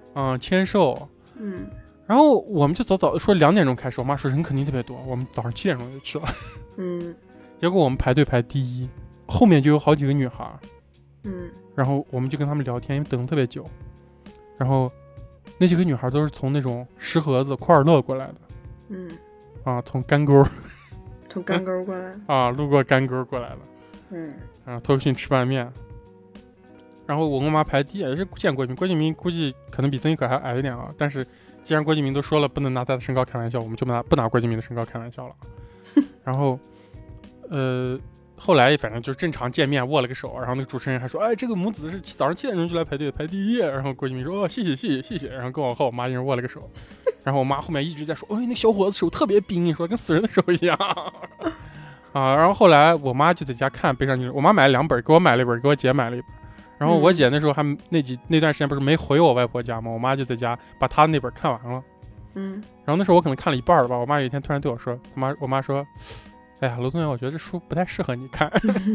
然后我们就早说2点钟开始，我妈说人肯定特别多，我们早上7点钟就去了。结果我们排队排第1，后面就有好几个女孩。然后我们就跟他们聊天，因为等特别久。然后那几个女孩都是从那种石河子、库尔勒过来的。从干沟过来。 路过干沟过来了。托克逊吃拌面。然后我跟我妈排第1，也是见郭敬明估计可能比曾轶可还矮一点啊，但是既然郭敬明都说了不能拿他的身高开玩笑，我们就不拿郭敬明的身高开玩笑了。然后后来反正就正常见面握了个手，然后那个主持人还说这个母子是早上7点钟就来排队排第1，然后郭敬明说谢谢，然后跟我和我妈一人握了个手。然后我妈后面一直在说那小伙子手特别冰，你说跟死人的手一样。然后后来我妈就在家看《悲伤逆流》，我妈买了2本，给我买了1本，给我姐买了1本。然后我姐那时候还那段时间不是没回我外婆家吗？我妈就在家把她那本看完了。然后那时候我可能看了一半了吧，我妈有一天突然对我说，我妈说，哎呀，罗宗元，我觉得这书不太适合你看。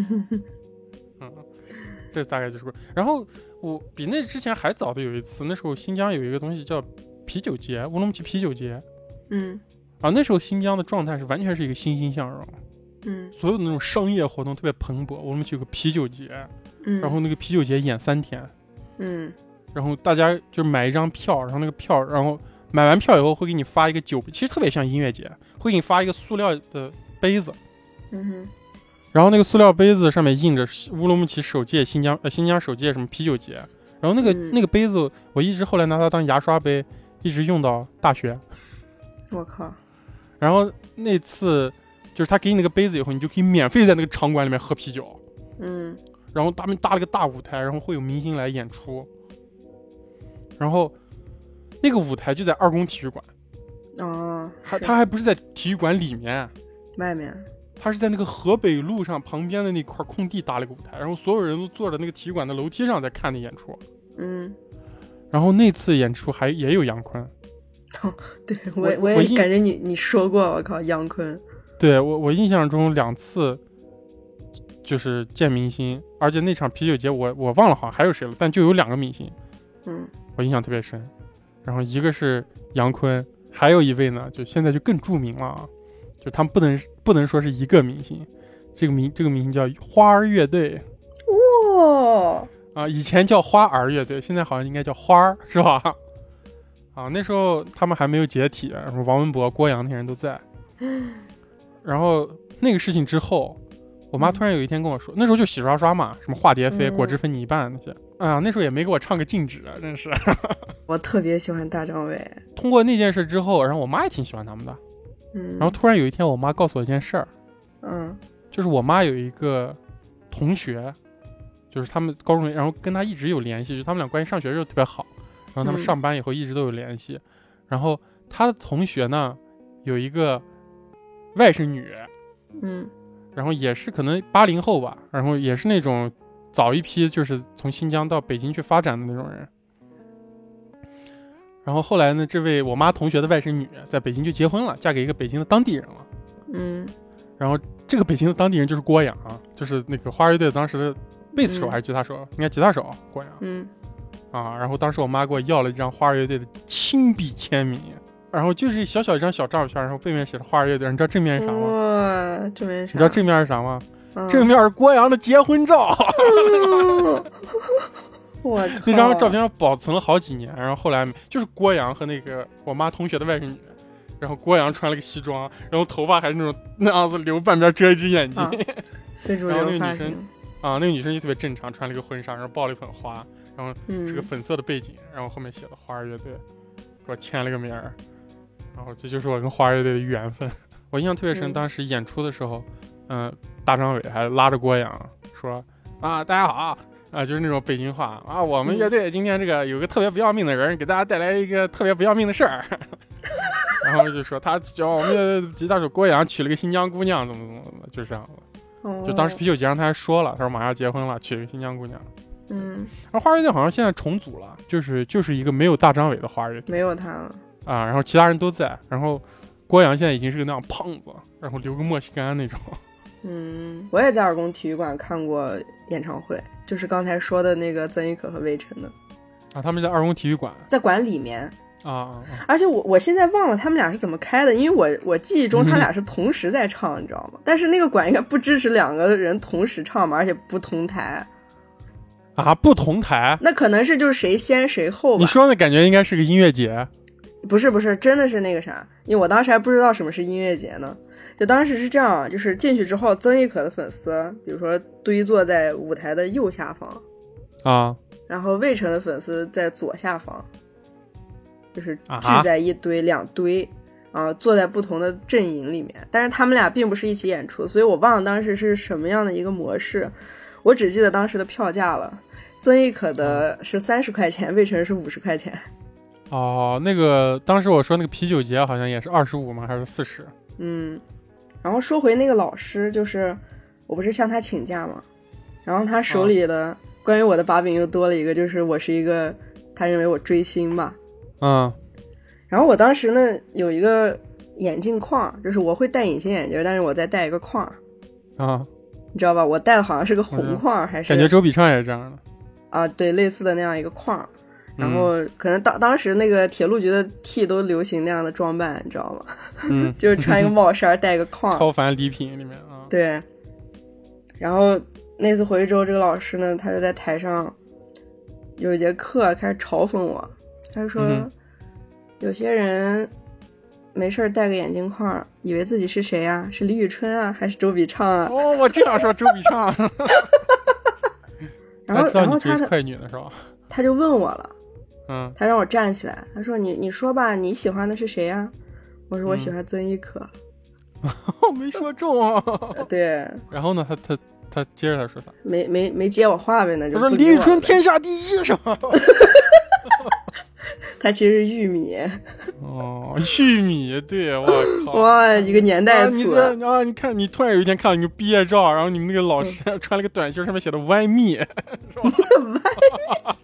这大概就是。然后我比那之前还早的有一次，那时候新疆有一个东西叫啤酒节，乌鲁木齐啤酒节。那时候新疆的状态是完全是一个欣欣向荣。所有的那种商业活动特别蓬勃。我们有个啤酒节，然后那个啤酒节演3天，然后大家就买一张票，然后那个票，然后买完票以后会给你发一个酒，其实特别像音乐节，会给你发一个塑料的杯子，然后那个塑料杯子上面印着乌鲁木齐首届新疆首届什么啤酒节，然后那个杯子我一直后来拿它当牙刷杯，一直用到大学。 我靠！ 然后那次。就是他给你那个杯子以后，你就可以免费在那个场馆里面喝啤酒。然后他们搭了个大舞台，然后会有明星来演出。然后那个舞台就在2公体育馆。他还不是在体育馆里面， 外面。 他是在那个河北路上旁边的那块空地搭了个舞台，然后所有人都坐着那个体育馆的楼梯上在看那演出。然后那次演出也有杨坤。 对，我也感觉你说过，我靠，杨坤。 对，我印象中2次就是见明星，而且那场啤酒节我忘了好像还有谁了，但就有2个明星，我印象特别深。然后一个是杨坤，还有一位呢，就现在就更著名了啊，就他们不能说是一个明星，这个明星叫花儿乐队。以前叫花儿乐队，现在好像应该叫花儿，是吧？那时候他们还没有解体，什么王文博、郭阳那些人都在。然后那个事情之后，我妈突然有一天跟我说，那时候就洗刷刷嘛，什么化蝶飞、果汁分你一半那些，那时候也没给我唱个禁止，真是。 我特别喜欢大张伟。 通过那件事之后，然后我妈也挺喜欢他们的。然后突然有一天，我妈告诉我一件事儿，就是我妈有一个同学，就是他们高中，然后跟他一直有联系，就他们俩关系上学就特别好，然后他们上班以后一直都有联系。然后他的同学呢，有一个外甥女， 然后也是可能80后吧，然后也是那种早一批就是从新疆到北京去发展的那种人。然后后来呢，这位我妈同学的外甥女在北京就结婚了，嫁给一个北京的当地人了。然后这个北京的当地人就是郭阳，就是那个花儿乐队当时的贝斯手还是吉他手，应该吉他手郭阳。然后当时我妈给我要了一张花儿乐队的亲笔签名，然后就是小小一张小照片，然后背面写着花儿乐队。你知道正面是啥吗？ 哇，正面是啥？ 你知道正面是啥吗？正面是郭阳的结婚照。 我靠！ 那张照片保存了好几年，然后后来就是郭阳和那个我妈同学的外甥女，然后郭阳穿了个西装，然后头发还是那样子留半边遮一只眼睛， 非主流发型。 那个女生就特别正常，穿了一个婚纱，然后抱了一盆花，然后是个粉色的背景，然后后面写了花儿乐队，给我签了个名儿，然后这就是我跟花儿乐队的缘分。我印象特别深，当时演出的时候，大张伟还拉着郭阳说大家好。就是那种北京话我们乐队今天这个有个特别不要命的人，给大家带来一个特别不要命的事儿。然后就说他叫我们的吉他手郭阳娶了个新疆姑娘，怎么，就是这样的。就当时啤酒节上他还说了，他说马上要结婚了，娶了个新疆姑娘。然后花儿乐队好像现在重组了，就是一个没有大张伟的花儿乐队， 没有他了然后其他人都在，然后郭阳现在已经是个那样胖子，然后留个莫西干那种。 我也在尔宫体育馆看过演唱会，就是刚才说的那个曾轶可和魏晨的。 他们在尔宫体育馆， 在馆里面而且我现在忘了他们俩是怎么开的，因为我记忆中他俩是同时在唱，你知道吗？但是那个馆应该不支持2个人同时唱嘛，而且不同台。 不同台？ 那可能是就是谁先谁后吧。 你说的感觉应该是个音乐节。 不是，真的是那个啥，因为我当时还不知道什么是音乐节呢。就当时是这样，就是进去之后，曾轶可的粉丝，比如说堆坐在舞台的右下方然后魏晨的粉丝在左下方，就是聚在一堆2堆坐在不同的阵营里面。但是他们俩并不是一起演出，所以我忘了当时是什么样的一个模式，我只记得当时的票价了。曾轶可的是30块钱，魏晨是50块钱。 那个当时我说那个啤酒节好像也是25吗？还是40？ 然后说回那个老师，就是我不是向他请假嘛，然后他手里的关于我的把柄又多了一个，就是我是一个他认为我追星吧。然后我当时呢有一个眼镜框，就是我会戴隐形眼镜，但是我再戴一个框你知道吧？我戴的好像是个红框，还是感觉周笔畅也是这样的对，类似的那样一个框。然后可能当时那个铁路局的 T 都流行那样的装扮，你知道吗？就是穿一个帽衫，戴个框， 超凡礼品里面对。然后那次回去之后，这个老师呢，他就在台上有一节课开始嘲讽我，他就说有些人没事戴个眼镜框，以为自己是谁啊？是李宇春啊，还是周笔畅啊？ 我这样说周笔畅。 然后他快女的是吧？ 他就问我了。他让我站起来，他说你说吧，你喜欢的是谁呀？我说我喜欢曾轶可。 没说中对。 然后呢，他接着他说啥？ 没接我话呗，那就他说李宇春天下第一是吧？ 他其实是玉米。 玉米，对，我靠， 哇，一个年代词你看，你突然有一天看到你毕业照，然后你们那个老师穿了个短袖，上面写的 Why me 是吧？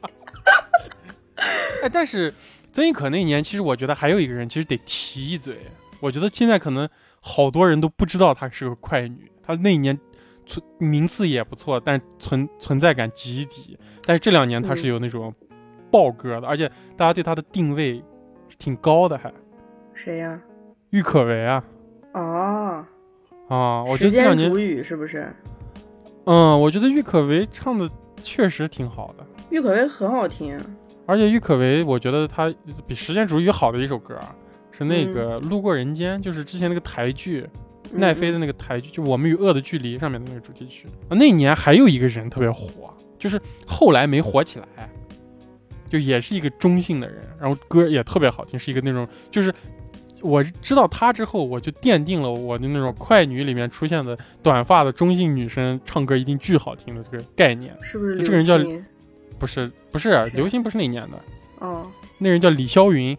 但是曾轶可那一年，其实我觉得还有一个人，其实得提一嘴。我觉得现在可能好多人都不知道她是个快女，她那一年名次也不错，但是存在感极低。但是这2年她是有那种爆歌的，而且大家对她的定位是挺高的。还谁呀？ 郁可唯啊。我觉得这2年时间煮雨是不是？ 我觉得郁可唯唱的确实挺好的。 郁可唯很好听。 而且郁可唯我觉得她比时间煮雨好的一首歌是那个路过人间，就是之前那个台剧奈飞的那个台剧，就我们与恶的距离上面的那个主题曲。那一年还有一个人特别火，就是后来没火起来，就也是一个中性的人，然后歌也特别好听，是一个那种，就是我知道他之后，我就奠定了我的那种快女里面出现的短发的中性女生唱歌一定巨好听的这个概念。 是不是这个人叫不是刘星，不是那年的那人叫李霄云。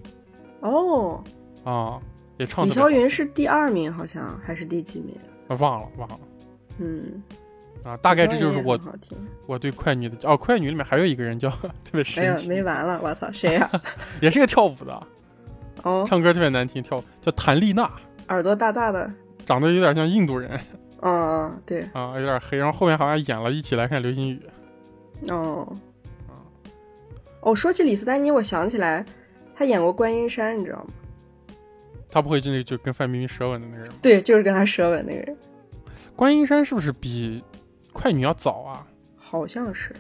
也唱。 李霄云是第2名好像，还是第几名？ 忘了。 大概这就是我对快女的快女里面还有一个人叫特别神奇， 没完了，我操，谁呀？ 也是个跳舞的，唱歌特别难听，跳舞叫谭丽娜， 耳朵大大的， 长得有点像印度人， 对， 有点黑，然后后面好像演了《一起来看流星雨》。 说起李斯丹妮，我想起来，他演过观音山，你知道吗？ 他不会就跟范冰冰舌吻的那个人吗？ 对，就是跟他舌吻那个人。 观音山是不是比快女要早啊？ 好像是。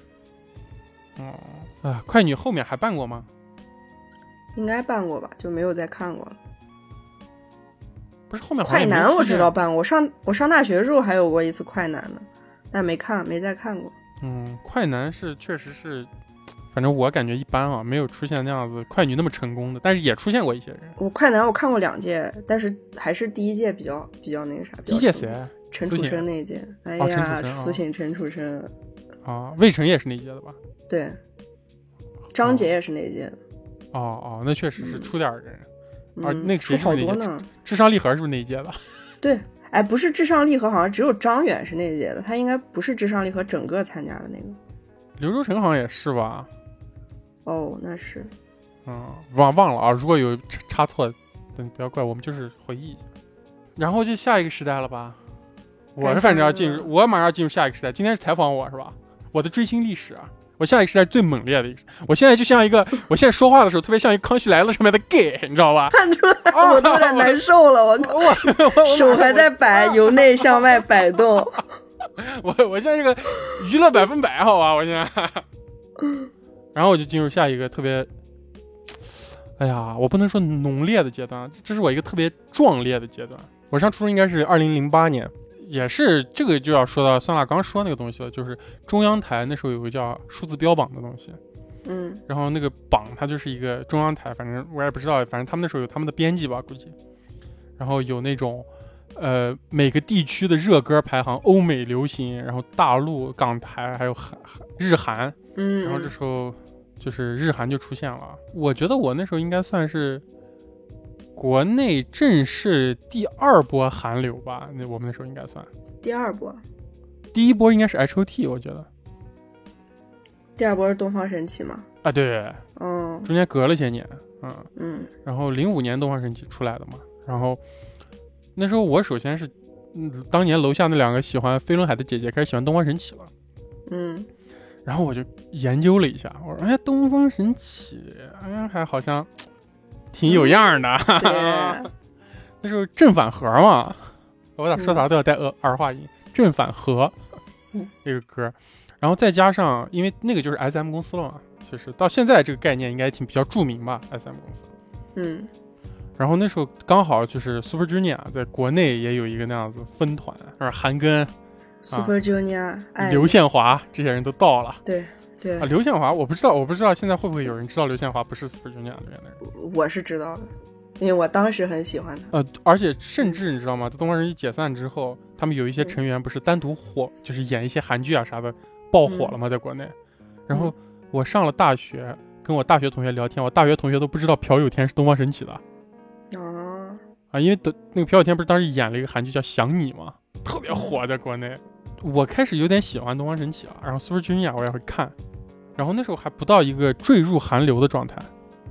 快女后面还办过吗？ 应该办过吧，就没有再看过了。 不是后面快男我知道办过，我上大学的时候还有过一次快男呢，但没再看过。 快男是确实是，反正我感觉一般啊，没有出现那样子快女那么成功的，但是也出现过一些人。 我快男我看过2届，但是还是第一届比较那个啥。 第一届谁？ 陈楚生那一届。哎呀，苏醒陈楚生。 魏晨也是那一届的吧？ 对，张杰也是那一届的。 那确实是出点人。那个出好多呢。 至上励合是不是那一届的？ 对，不是至上励合，好像只有张远是那一届的，他应该不是至上励合整个参加的那个。 刘洲成好像也是吧？ 那是。 忘了啊！如果有差错，不要怪我们，就是回忆一下。然后就下一个时代了吧？我是反正我马上要进入下一个时代。今天是采访我是吧？我的追星历史啊！我下一个时代最猛烈的一个，我现在就像一个，我现在说话的时候特别像一个康熙来了上面的 gay， 你知道吧？ 看出来，我都有点难受了，我手还在摆，由内向外摆动。 我现在这个娱乐100%，好吧？我现在，然后我就进入下一个特别，我不能说浓烈的阶段，这是我一个特别壮烈的阶段。我上初中应该是2008年。也是这个就要说到酸辣刚说那个东西了，就是中央台那时候有个叫数字标榜的东西，然后那个榜它就是一个中央台，反正我也不知道，反正他们那时候有他们的编辑吧，估计，然后有那种每个地区的热歌排行，欧美流行，然后大陆港台还有日韩，然后这时候就是日韩就出现了。我觉得我那时候应该算是国内正式第2波韩流吧，那我们那时候应该算第2波， 第1波应该是 H.O.T， 我觉得第2波是东方神起嘛？ 对，中间隔了些年，然后05年东方神起出来的嘛，然后那时候我首先是，当年楼下那2个喜欢飞轮海的姐姐开始喜欢东方神起了，然后我就研究了一下，我说东方神起，还好像挺有样的，那时候正反合嘛，我咋说啥都要带儿化音，正反合这个歌，然后再加上因为那个就是 SM 公司了嘛，就是到现在这个概念应该挺比较著名吧 SM 公司，然后那时候刚好就是 Super Junior 在国内也有一个那样子分团，韩庚、 Super Junior、 刘宪华这些人都到了， 对。 刘宪华我不知道现在会不会有人知道刘宪华不是 Super Junior 里面的人。 我是知道的，因为我当时很喜欢他。 而且甚至你知道吗？东方神起解散之后，他们有一些成员不是单独火，就是演一些韩剧啊啥的爆火了吗？在国内。然后我上了大学，跟我大学同学聊天，我大学同学都不知道朴有天是东方神起的。因为那个朴有天不是当时演了一个韩剧叫《想你》吗？特别火在国内。我开始有点喜欢东方神起了，然后 Super Junior 我也会看。然后那时候还不到一个坠入韩流的状态，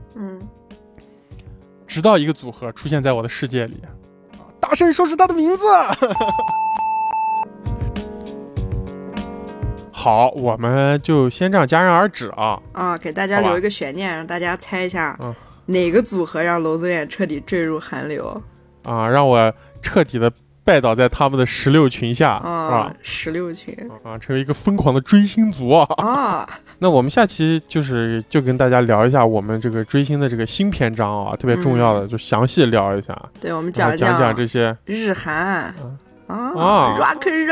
直到一个组合出现在我的世界里，大声说出他的名字。好，我们就先这样戛然而止给大家留一个悬念，让大家猜一下，哪个组合让娄宗远彻底坠入韩流让我彻底的拜倒在他们的16群下 16群成为一个疯狂的追星族那我们下期就跟大家聊一下我们这个追星的这个新篇章特别重要的，就详细聊一下。 对，我们讲这些日韩rock and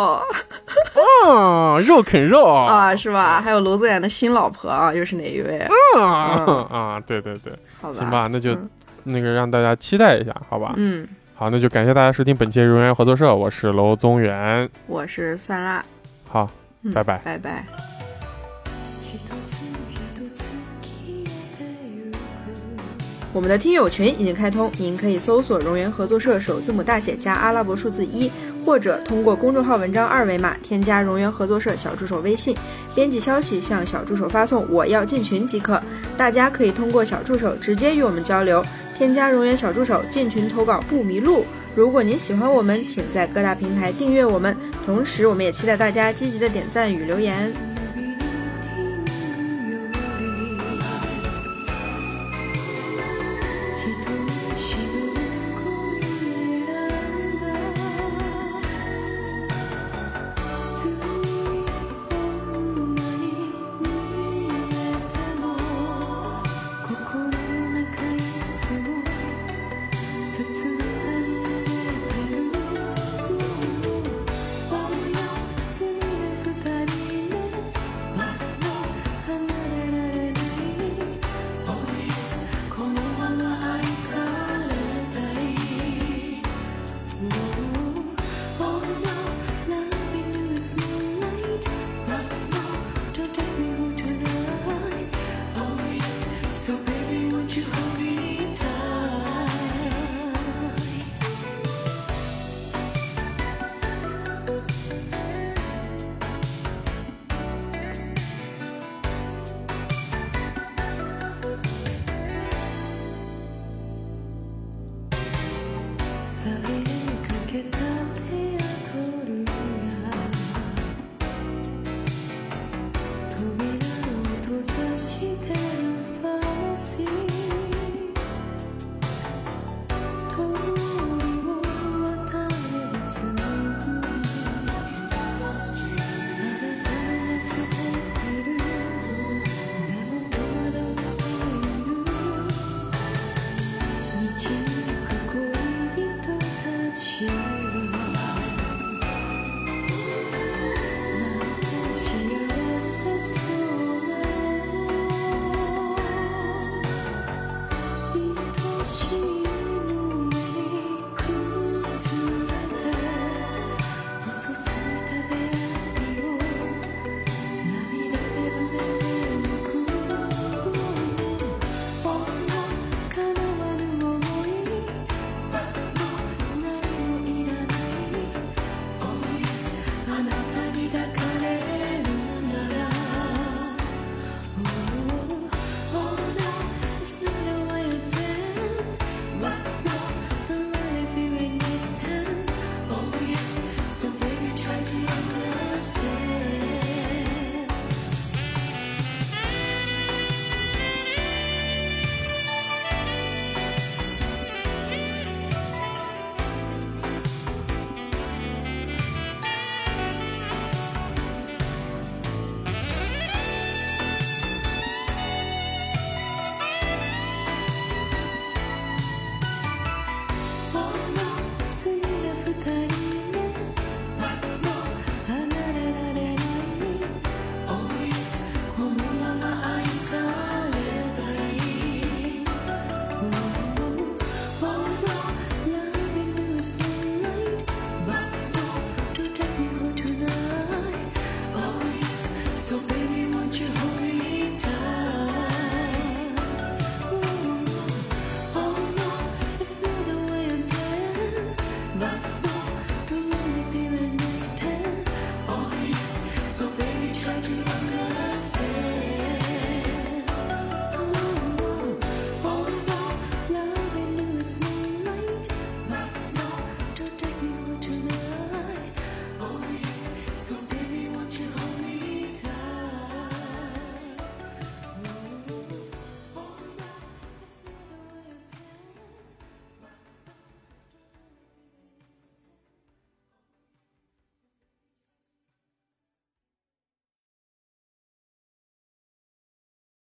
roll 肉啃肉是吧？还有娄宗远的新老婆又是哪一位对对对， 好吧， 行吧，那就那个让大家期待一下，好吧？好，那就感谢大家收听本期荣源合作社，我是娄宗远， 我是酸辣， 好，拜拜， 拜拜。我们的听友群已经开通，您可以搜索荣源合作社首字母大写加阿拉伯数字1， 或者通过公众号文章2维码添加荣源合作社小助手微信，编辑消息向小助手发送我要进群即可。大家可以通过小助手直接与我们交流，添加荣源小助手进群投稿不迷路。如果您喜欢我们，请在各大平台订阅我们，同时我们也期待大家积极的点赞与留言。